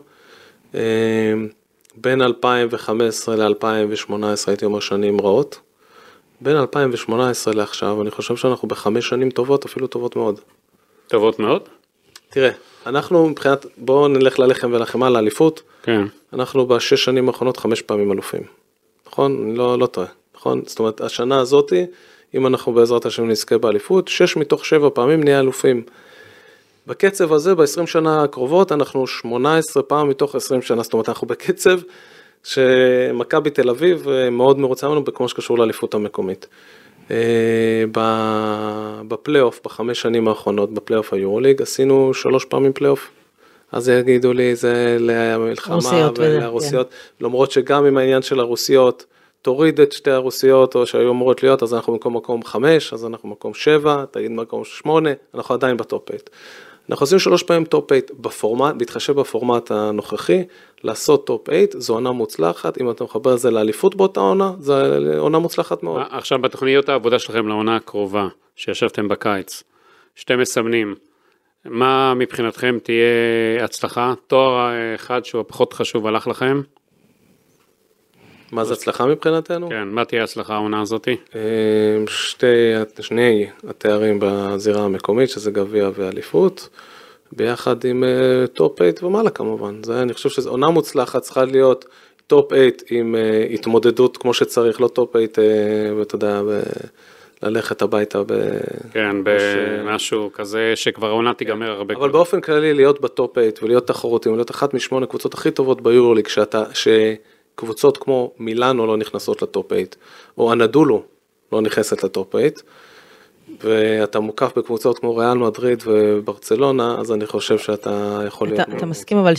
בין 2015 ל-2018 הייתי אומר שנים רעות. בין 2018 לעכשיו, אני חושב שאנחנו ב5 שנים טובות, אפילו טובות מאוד. טובות מאוד? תראה, אנחנו מבחינת, בואו נלך ללחם ולחמה לאליפות. כן. אנחנו ב6 שנים האחרונות 5 פעמים אלופים. נכון? אני לא טועה. נכון? זאת אומרת, השנה הזאת, אם אנחנו בעזרת השם נזכה באליפות, 6 מתוך 7 פעמים נהיה אלופים. בקצב הזה, ב20 שנה הקרובות, אנחנו 18 פעם מתוך 20 שנה, זאת אומרת, אנחנו בקצב שמכבי תל אביב מאוד מרוצה לנו בכל מה שקשור לאליפות המקומית. בפלייאוף, ב5 שנים האחרונות, בפלייאוף היורוליג, עשינו 3 פעמים פלייאוף. אז יגידו לי, זה למלחמה ולרוסיות, למרות שגם עם העניין של הרוסיות, תוריד את שתי הרוסיות, או שהיו אמורות להיות, אז אנחנו מקום 5, אז אנחנו מקום 7, תגיד מקום 8, אנחנו עדיין בטופ 8. אנחנו עושים 3 פעמים טופ 8 בפורמט, בהתחשב בפורמט הנוכחי, לעשות טופ 8, זו עונה מוצלחת, אם אתה מחבר את זה לאליפות באותה עונה, זו עונה מוצלחת מאוד. עכשיו בתוכניות העבודה שלכם לעונה הקרובה, שישבתם בקיץ, שתי מסמנים, מה מבחינתכם תהיה הצלחה? תואר אחד שהוא פחות חשוב הלך לכם? מה זה הצלחה מבחינתנו? כן, מה תהיה הצלחה העונה הזאת? שני התארים בזירה המקומית, שזה גביע ואליפות, ביחד עם טופ 8 ומעלה כמובן. אני חושב שזו עונה מוצלחת, צריכה להיות טופ 8 עם התמודדות כמו שצריך, לא טופ 8, ואתה יודע, ללכת הביתה. כן, במשהו כזה שכבר העונה תיגמר הרבה. אבל באופן כללי להיות בטופ 8 ולהיות תחרותים, ולהיות אחת מ8 קבוצות הכי טובות ביורוליג, קבוצות כמו מילאנו לא נכנסות לטופ 8, או אנדולו לא נכנסת לטופ 8, ואתה מוקף בקבוצות כמו ריאל מדריד וברצלונה, אז אני חושב שאתה יכול להיות... אתה מסכים אבל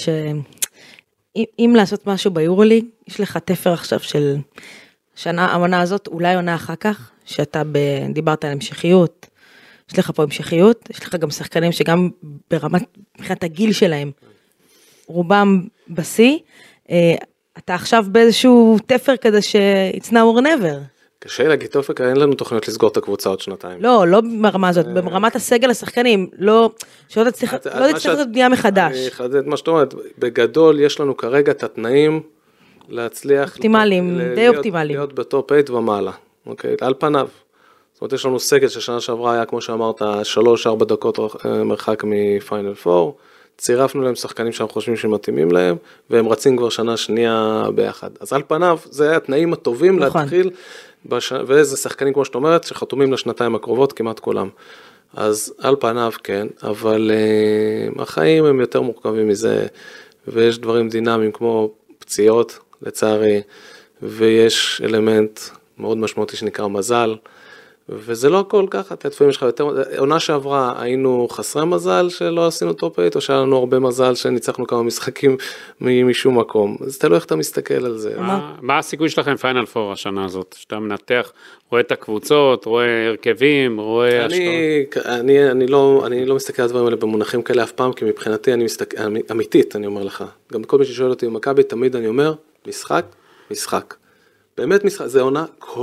שאם לעשות משהו ביורוליג, יש לך תפר עכשיו של שנה, העונה הזאת, אולי עונה אחר כך, שאתה דיברת על המשכיות, יש לך פה המשכיות, יש לך גם שחקנים שגם ברמת, מבחינת הגיל שלהם, רובם בסי, אתה עכשיו באיזשהו תפר כזה ש-it's now or never. קשה להגיד תופק, אין לנו תוכניות לסגור את הקבוצה עוד שנתיים. לא ברמה הזאת, ברמת הסגל השחקנים, לא תצטרך את בנייה מחדש. אני אחדד מה שאת אומרת, בגדול יש לנו כרגע את התנאים להצליח... אופטימליים, די אופטימליים. להיות בטופ 8 ומעלה, אוקיי? על פניו. זאת אומרת, יש לנו סגל ששנה שעברה היה, כמו שאמרת, 3-4 דקות מרחק מפיינל 4, צירפנו להם שחקנים שאנחנו חושבים שמתאימים להם, והם רצים כבר שנה שנייה ביחד. אז על פניו, זה התנאים הטובים להתחיל, וזה שחקנים, כמו שאת אומרת, שחתומים לשנתיים הקרובות, כמעט כולם. אז על פניו, כן, אבל החיים הם יותר מורכבים מזה, ויש דברים דינמיים כמו פציעות, לצערי, ויש אלמנט מאוד משמעותי שנקרא מזל, וזה לא הכל ככה, לפעמים יש לך יותר, עונה שעברה היינו חסרי מזל שלא עשינו טופ 8, או שהיה לנו הרבה מזל שניצחנו כמה משחקים משום מקום, אז תלוי איך אתה מסתכל על זה. מה הסיכוי שלכם פיינל 4 השנה הזאת? שאתה מנתח, רואה את הקבוצות, רואה הרכבים, רואה השקעות? אני לא מסתכל על הדברים האלה במונחים כאלה אף פעם, כי מבחינתי אני מסתכל, אמיתית אני אומר לך, גם כל מי ששואל אותי במכבי, תמיד אני אומר, משחק, באמת משחק, זה עונה כל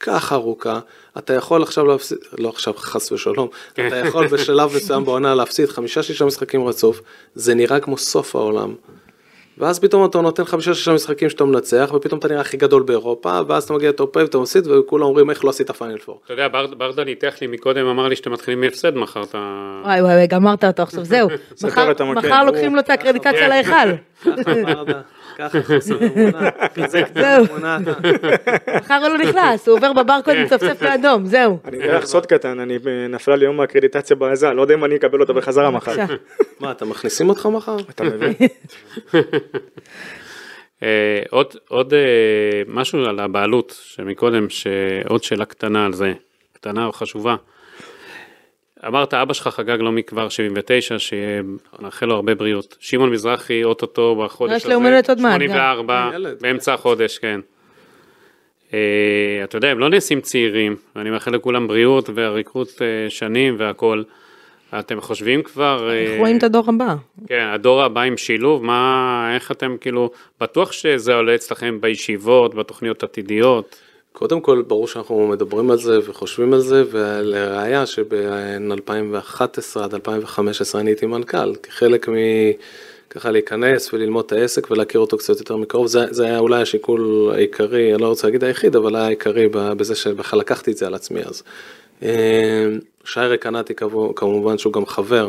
כך ארוכה, אתה יכול עכשיו להפסיד, לא עכשיו חס ושלום, אתה יכול בשלב מסוים בעונה להפסיד 5-6 משחקים רצוף, זה נראה כמו סוף העולם. ואז פתאום אתה נותן 5-6 משחקים שאתה מנצח, ופתאום אתה נראה הכי גדול באירופה, ואז אתה מגיע טופ ואתה מפסיד, וכולם אומרים איך לא עשית פיינל פור. אתה יודע, ברדה ניתח לי מקודם, אמר לי שאתם מתחילים מהפסד מחר, וואי, גמרת אותו עכשיו, זהו. מחר לוקחים לו את הקרדיטציה להיכל. ככה חוסר אמונה, כזה קטן אמונה. מחר הוא לא נכנס, הוא עובר בברקוד מצפצף לאדום, זהו. אני אגיד לך סוד קטן, אני נפלה לי יום מהקרדיטציה בעזה, לא יודע אם אני אקבל אותה בחזרה מחר. מה, אתה מכניסים אותך מחר? אתה מבין? עוד משהו על הבעלות, שמקודם, עוד שאלה קטנה על זה, קטנה או חשובה. אמרת, אבא שלך חגג לא מכבר 79, שמאחל לו הרבה בריאות. שמעון מזרחי, אוטוטו בחודש יש לו יומולדת עוד מעט, 84, באמצע החודש, כן. אתה יודע, הם לא נעשים צעירים, ואני מאחל לכולם בריאות והריקות שנים והכל. אתם חושבים כבר... אנחנו רואים את הדור הבא. כן, הדור הבא עם שילוב, איך אתם כאילו, בטוח שזה עולה אצלכם בישיבות, בתוכניות עתידיות? קודם כל, ברור שאנחנו מדברים על זה וחושבים על זה, ולראיה שבין 2011 עד 2015 אני הייתי מנכ"ל, כחלק ככה להיכנס וללמוד את העסק ולהכיר אותו קצת יותר מקרוב, זה היה אולי השיקול העיקרי, אני לא רוצה להגיד היחיד, אבל היה העיקרי בזה שבכלל לקחתי את זה על עצמי אז. שיירה קנאתי כמובן שהוא גם חבר,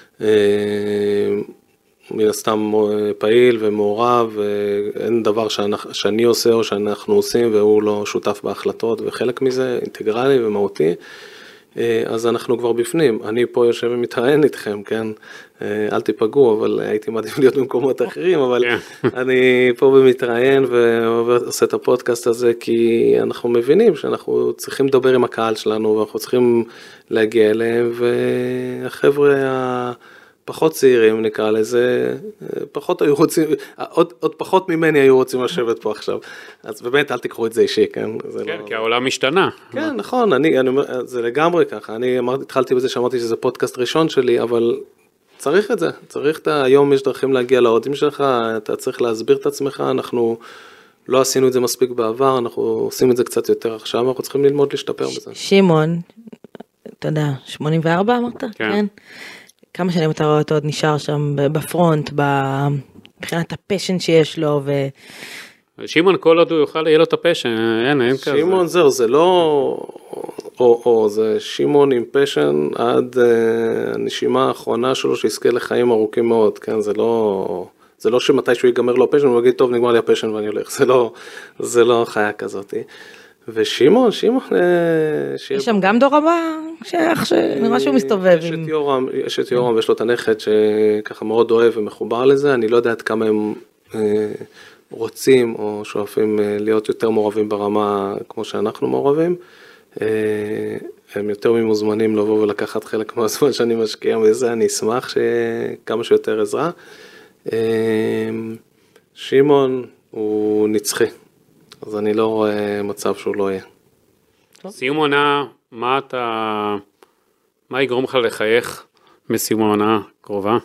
מן הסתם פעיל ומעורב, ואין דבר שאני עושה או שאנחנו עושים והוא לא שותף בהחלטות, וחלק מזה אינטגרלי ומהותי, אז אנחנו כבר בפנים. אני פה יושב ומתראיין איתכם, כן? אל תיפגעו, אבל הייתי מעדיף להיות במקומות אחרים, אבל אני פה ומתראיין ועושה את הפודקאסט הזה, כי אנחנו מבינים שאנחנו צריכים לדבר עם הקהל שלנו, ואנחנו צריכים להגיע אליהם, והחבר'ה פחות צעירים נקרא לזה, פחות היו רוצים, עוד פחות ממני היו רוצים לשבת פה עכשיו. אז באמת אל תקחו את זה אישי, כן? כן, כי העולם משתנה. כן, נכון, אני אומר, זה לגמרי ככה. אני התחלתי בזה שאמרתי שזה פודקאסט ראשון שלי, אבל צריך את זה. היום יש דרכים להגיע לאוהדים שלך, אתה צריך להסביר את עצמך, אנחנו לא עשינו את זה מספיק בעבר, אנחנו עושים את זה קצת יותר עכשיו, אנחנו צריכים ללמוד להשתפר בזה. שמעון, אתה יודע, 84 אמרת? כן. כמה שנים אתה רואה אותו עוד נשאר שם בפרונט, מבחינת הפשן שיש לו, שמעון כל עוד הוא יוכל, יהיה לו את הפשן, אין כזה. שמעון זהו, זה לא, זה שמעון עם פשן עד הנשימה האחרונה שלו, שיזכה לחיים ארוכים מאוד, כן, זה לא שמתי שהוא ייגמר לו הפשן, הוא יגיד, טוב, נגמר לי הפשן ואני הולך, זה לא חיה כזאת. ושמעון, יש שם גם דור הבא, שנראה שהוא מסתובב. יש את יורם, ויש לו את הנכד שככה מאוד אוהב ומחובר לזה, אני לא יודע עד כמה הם רוצים או שואפים להיות יותר מעורבים ברמה כמו שאנחנו מעורבים, הם יותר ממוזמנים לבוא ולקחת חלק מהזמן שאני משקיע בזה, אני אשמח שכמה שיותר עזרה. שמעון הוא נצחי. אז אני לא רואה מצב שהוא לא יהיה. סיום עונה, מה יגרום לך לחייך בסיום העונה קרובה?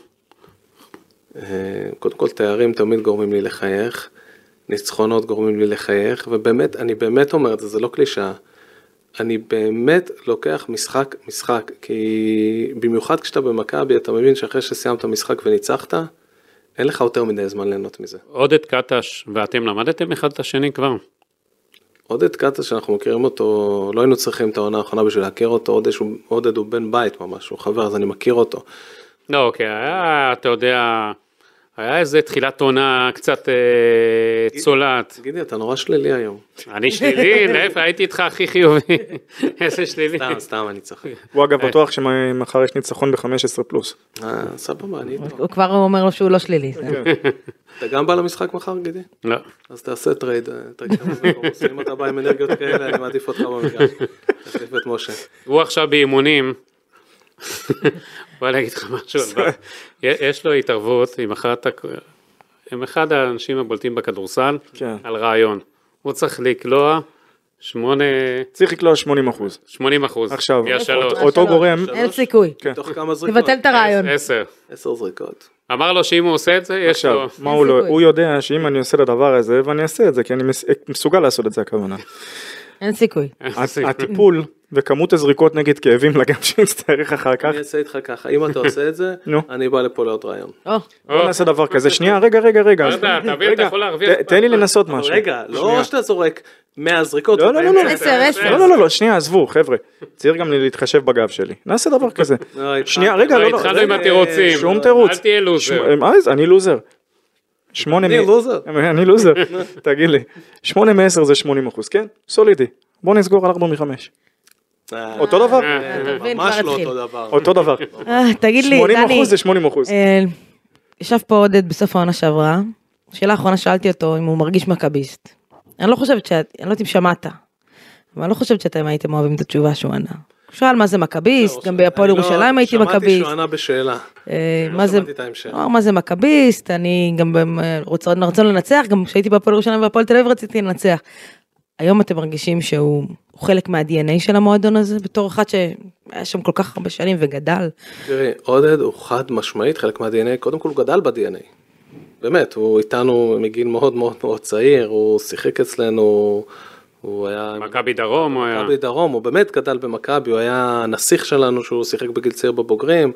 קודם כל, תארים תמיד גורמים לי לחייך, ניצחונות גורמים לי לחייך, ובאמת, אני באמת אומר את זה, זה לא קלישה. אני באמת לוקח משחק, כי במיוחד כשאתה במכבי, אתה מבין שאחרי שסיימת משחק וניצחת, אין לך יותר מדי זמן ליהנות מזה. עודד קטש, ואתם למדתם אחד את השני כבר? עודד קטש, שאנחנו מכירים אותו, לא היינו צריכים את העונה האחרונה בשביל להכיר אותו, עודד הוא בן בית ממש, הוא חבר, אז אני מכיר אותו. לא, אוקיי, אתה יודע, היה איזה תחילת עונה קצת צולעת. תגידי, אתה נורא שלילי היום. אני שלילי, להפך, הייתי איתך הכי חיובי. איזה שלילי. סתם, אני צוחק. הוא אגב בטוח שמחר יש ניצחון ב-15 פלוס. סבבה, אני איתו. הוא כבר אומר לו שהוא לא שלילי. אתה גם בא למשחק מחר, גידי? לא. אז תעשה טרייד, אם אתה בא עם אנרגיות כאלה, אני מעדיף אותך במגרש. תחליף את משה. הוא עכשיו באימונים, בוא להגיד לך משהו, יש לו התערבות עם אחד האנשים הבולטים בכדורסל, על רעיון. הוא צריך לקלוע 8... צריך לקלוע 80%. 80%. עכשיו, י3. אותו גורם... אין סיכוי. תוך כמה זריקות? תבטל את הרעיון. 10 זריקות. אמר לו שאם הוא עושה את זה, יש לו... מה הוא לא... הוא יודע שאם אני עושה את הדבר הזה, ואני אעשה את זה, כי אני מסוגל לעשות את זה הכוונה. אין סיכוי. הטיפול וכמות הזריקות נגד כאבים לגב שנצטרך אחר כך. אני אעשה איתך ככה, אם אתה עושה את זה, אני בא לפה לעוד רעיון. בוא נעשה דבר כזה, שנייה, רגע. אתה יכול להרוויח. תן לי לנסות משהו. רגע, לא שאתה זורק 100 זריקות. לא, שנייה, עזבו, חבר'ה. צריך גם להתחשב בגב שלי. נעשה דבר כזה. שנייה, רגע, לא. התחלנו עם התירוצים. שום תירוץ. אל תהיה לוזר. אני לוזר. אני לוזר. תגיד לי. 8 מ-10 זה 80%, כן? סולידי. בוא נסגור על 4 מ-5. אותו דבר? ממש לא אותו דבר. אותו דבר. תגיד לי, דני, 80% זה 80%. ישב פה עודד בסוף העונה שעברה, שאלה האחרונה שאלתי אותו אם הוא מרגיש מכביסט. אני לא יודעת אם שמעת, אבל אני לא חושבת שאתם הייתם אוהבים את התשובה שהוא ענה. הוא שאל מה זה מכביסט, גם בהפועל ירושלים הייתי מכביסט. שמעתי שהוא ענה בשאלה. לא שמעתי את ההמשך. מה זה מכביסט, אני גם רצון לנצח, גם כשהייתי בהפועל ירושלים והפועל תל אביב רציתי לנצח. היום אתם מרגישים שהוא חלק מה-DNA של המועדון הזה, בתור אחד שהיה שם כל כך הרבה שנים וגדל. תראי, עודד הוא חד משמעית, חלק מה-DNA, קודם כל הוא גדל ב-DNA. באמת, הוא איתנו מגיל מאוד מאוד מאוד צעיר, הוא שיחק אצלנו, הוא היה... מכבי דרום, הוא היה... מכבי דרום, הוא באמת גדל במכבי, הוא היה נסיך שלנו שהוא שיחק בגיל צעיר בבוגרים,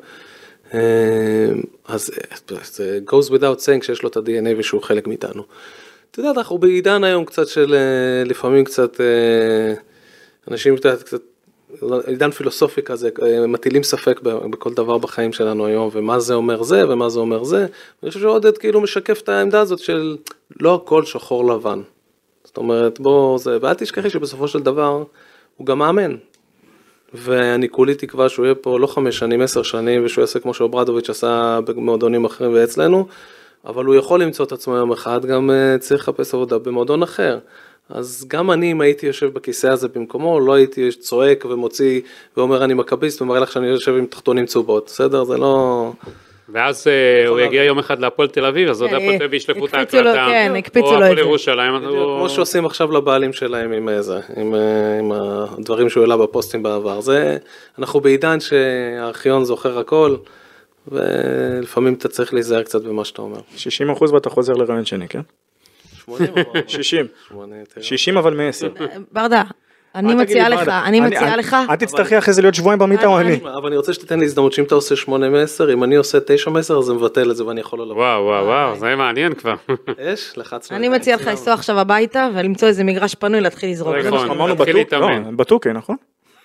אז זה goes without saying שיש לו את ה-DNA ושהוא חלק מאיתנו. אתה יודע, אנחנו בעידן היום קצת של, לפעמים קצת, אנשים קצת, עידן פילוסופי כזה, מטילים ספק בכל דבר בחיים שלנו היום, ומה זה אומר זה, ומה זה אומר זה. אני חושב שעודד כאילו משקף את העמדה הזאת של לא הכל שחור לבן. זאת אומרת, בוא זה, ואל תשכחי שבסופו של דבר, הוא גם מאמן. ואני כולי תקווה שהוא יהיה פה לא 5 שנים, 10 שנים, ושהוא יעשה כמו שאוברדוביץ' עשה במועדונים אחרים ואצלנו, אבל הוא יכול למצוא את עצמו יום אחד, גם צריך לחפש עבודה במועדון אחר. אז גם אני, אם הייתי יושב בכיסא הזה במקומו, לא הייתי צועק ומוציא ואומר אני מכביסט, ומראה לך שאני יושב עם תחתונים צהובות, בסדר? זה לא... ואז הוא יגיע יום אחד להפועל תל אביב, אז עוד הפועל תל אביב ישלפו את ההקלטה, הקפיצו לו את זה. או הפועל ירושלים. כמו שעושים עכשיו לבעלים שלהם עם הדברים שהוא העלה בפוסטים בעבר. אנחנו בעידן שהארכיון זוכר הכל, ולפעמים אתה צריך להיזהר קצת במה שאתה אומר. 60% ואתה חוזר לרעיון שני, כן? 80. 60 אבל מ-10. ברדה, אני מציעה לך. את תצטרכי אחרי זה להיות שבועיים במיטה או אני. אבל אני רוצה שתיתן לי הזדמנות שאם אתה עושה 8 מ-10, אם אני עושה 9 מ-10, אז זה מבטל את זה ואני יכול לבוא. וואו, זה מעניין כבר. לחצנו. אני מציעה לך לנסוע עכשיו הביתה ולמצוא איזה מגרש פנוי להתחיל לזרוק. אמרנו בטוקי, נכון?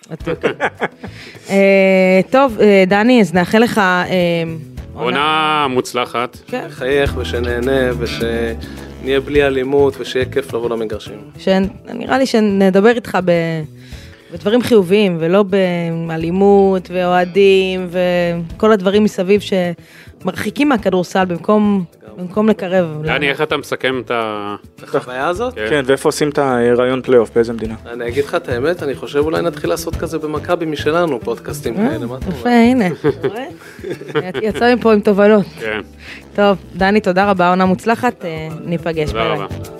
טוב, דני, אז נאחל לך עונה מוצלחת. חייך ושנהנה ושנהיה בלי אלימות ושיהיה כיף לבוא למגרשים. נראה לי שנדבר איתך בדברים חיוביים ולא באלימות ואוהדים וכל הדברים מסביב שמרחיקים מהכדורסל במקום לקרב. דני, איך אתה מסכם את החוויה הזאת? כן, ואיפה עושים את הרעיון פלייאוף, באיזה מדינה? אני אגיד לך את האמת, אני חושב אולי נתחיל לעשות כזה במכבי משלנו, פודקאסטים כאלה, מה אתה אומר? יפה, הנה. יצא מפה עם תובנות. טוב, דני, תודה רבה, עונה מוצלחת, ניפגש. תודה רבה.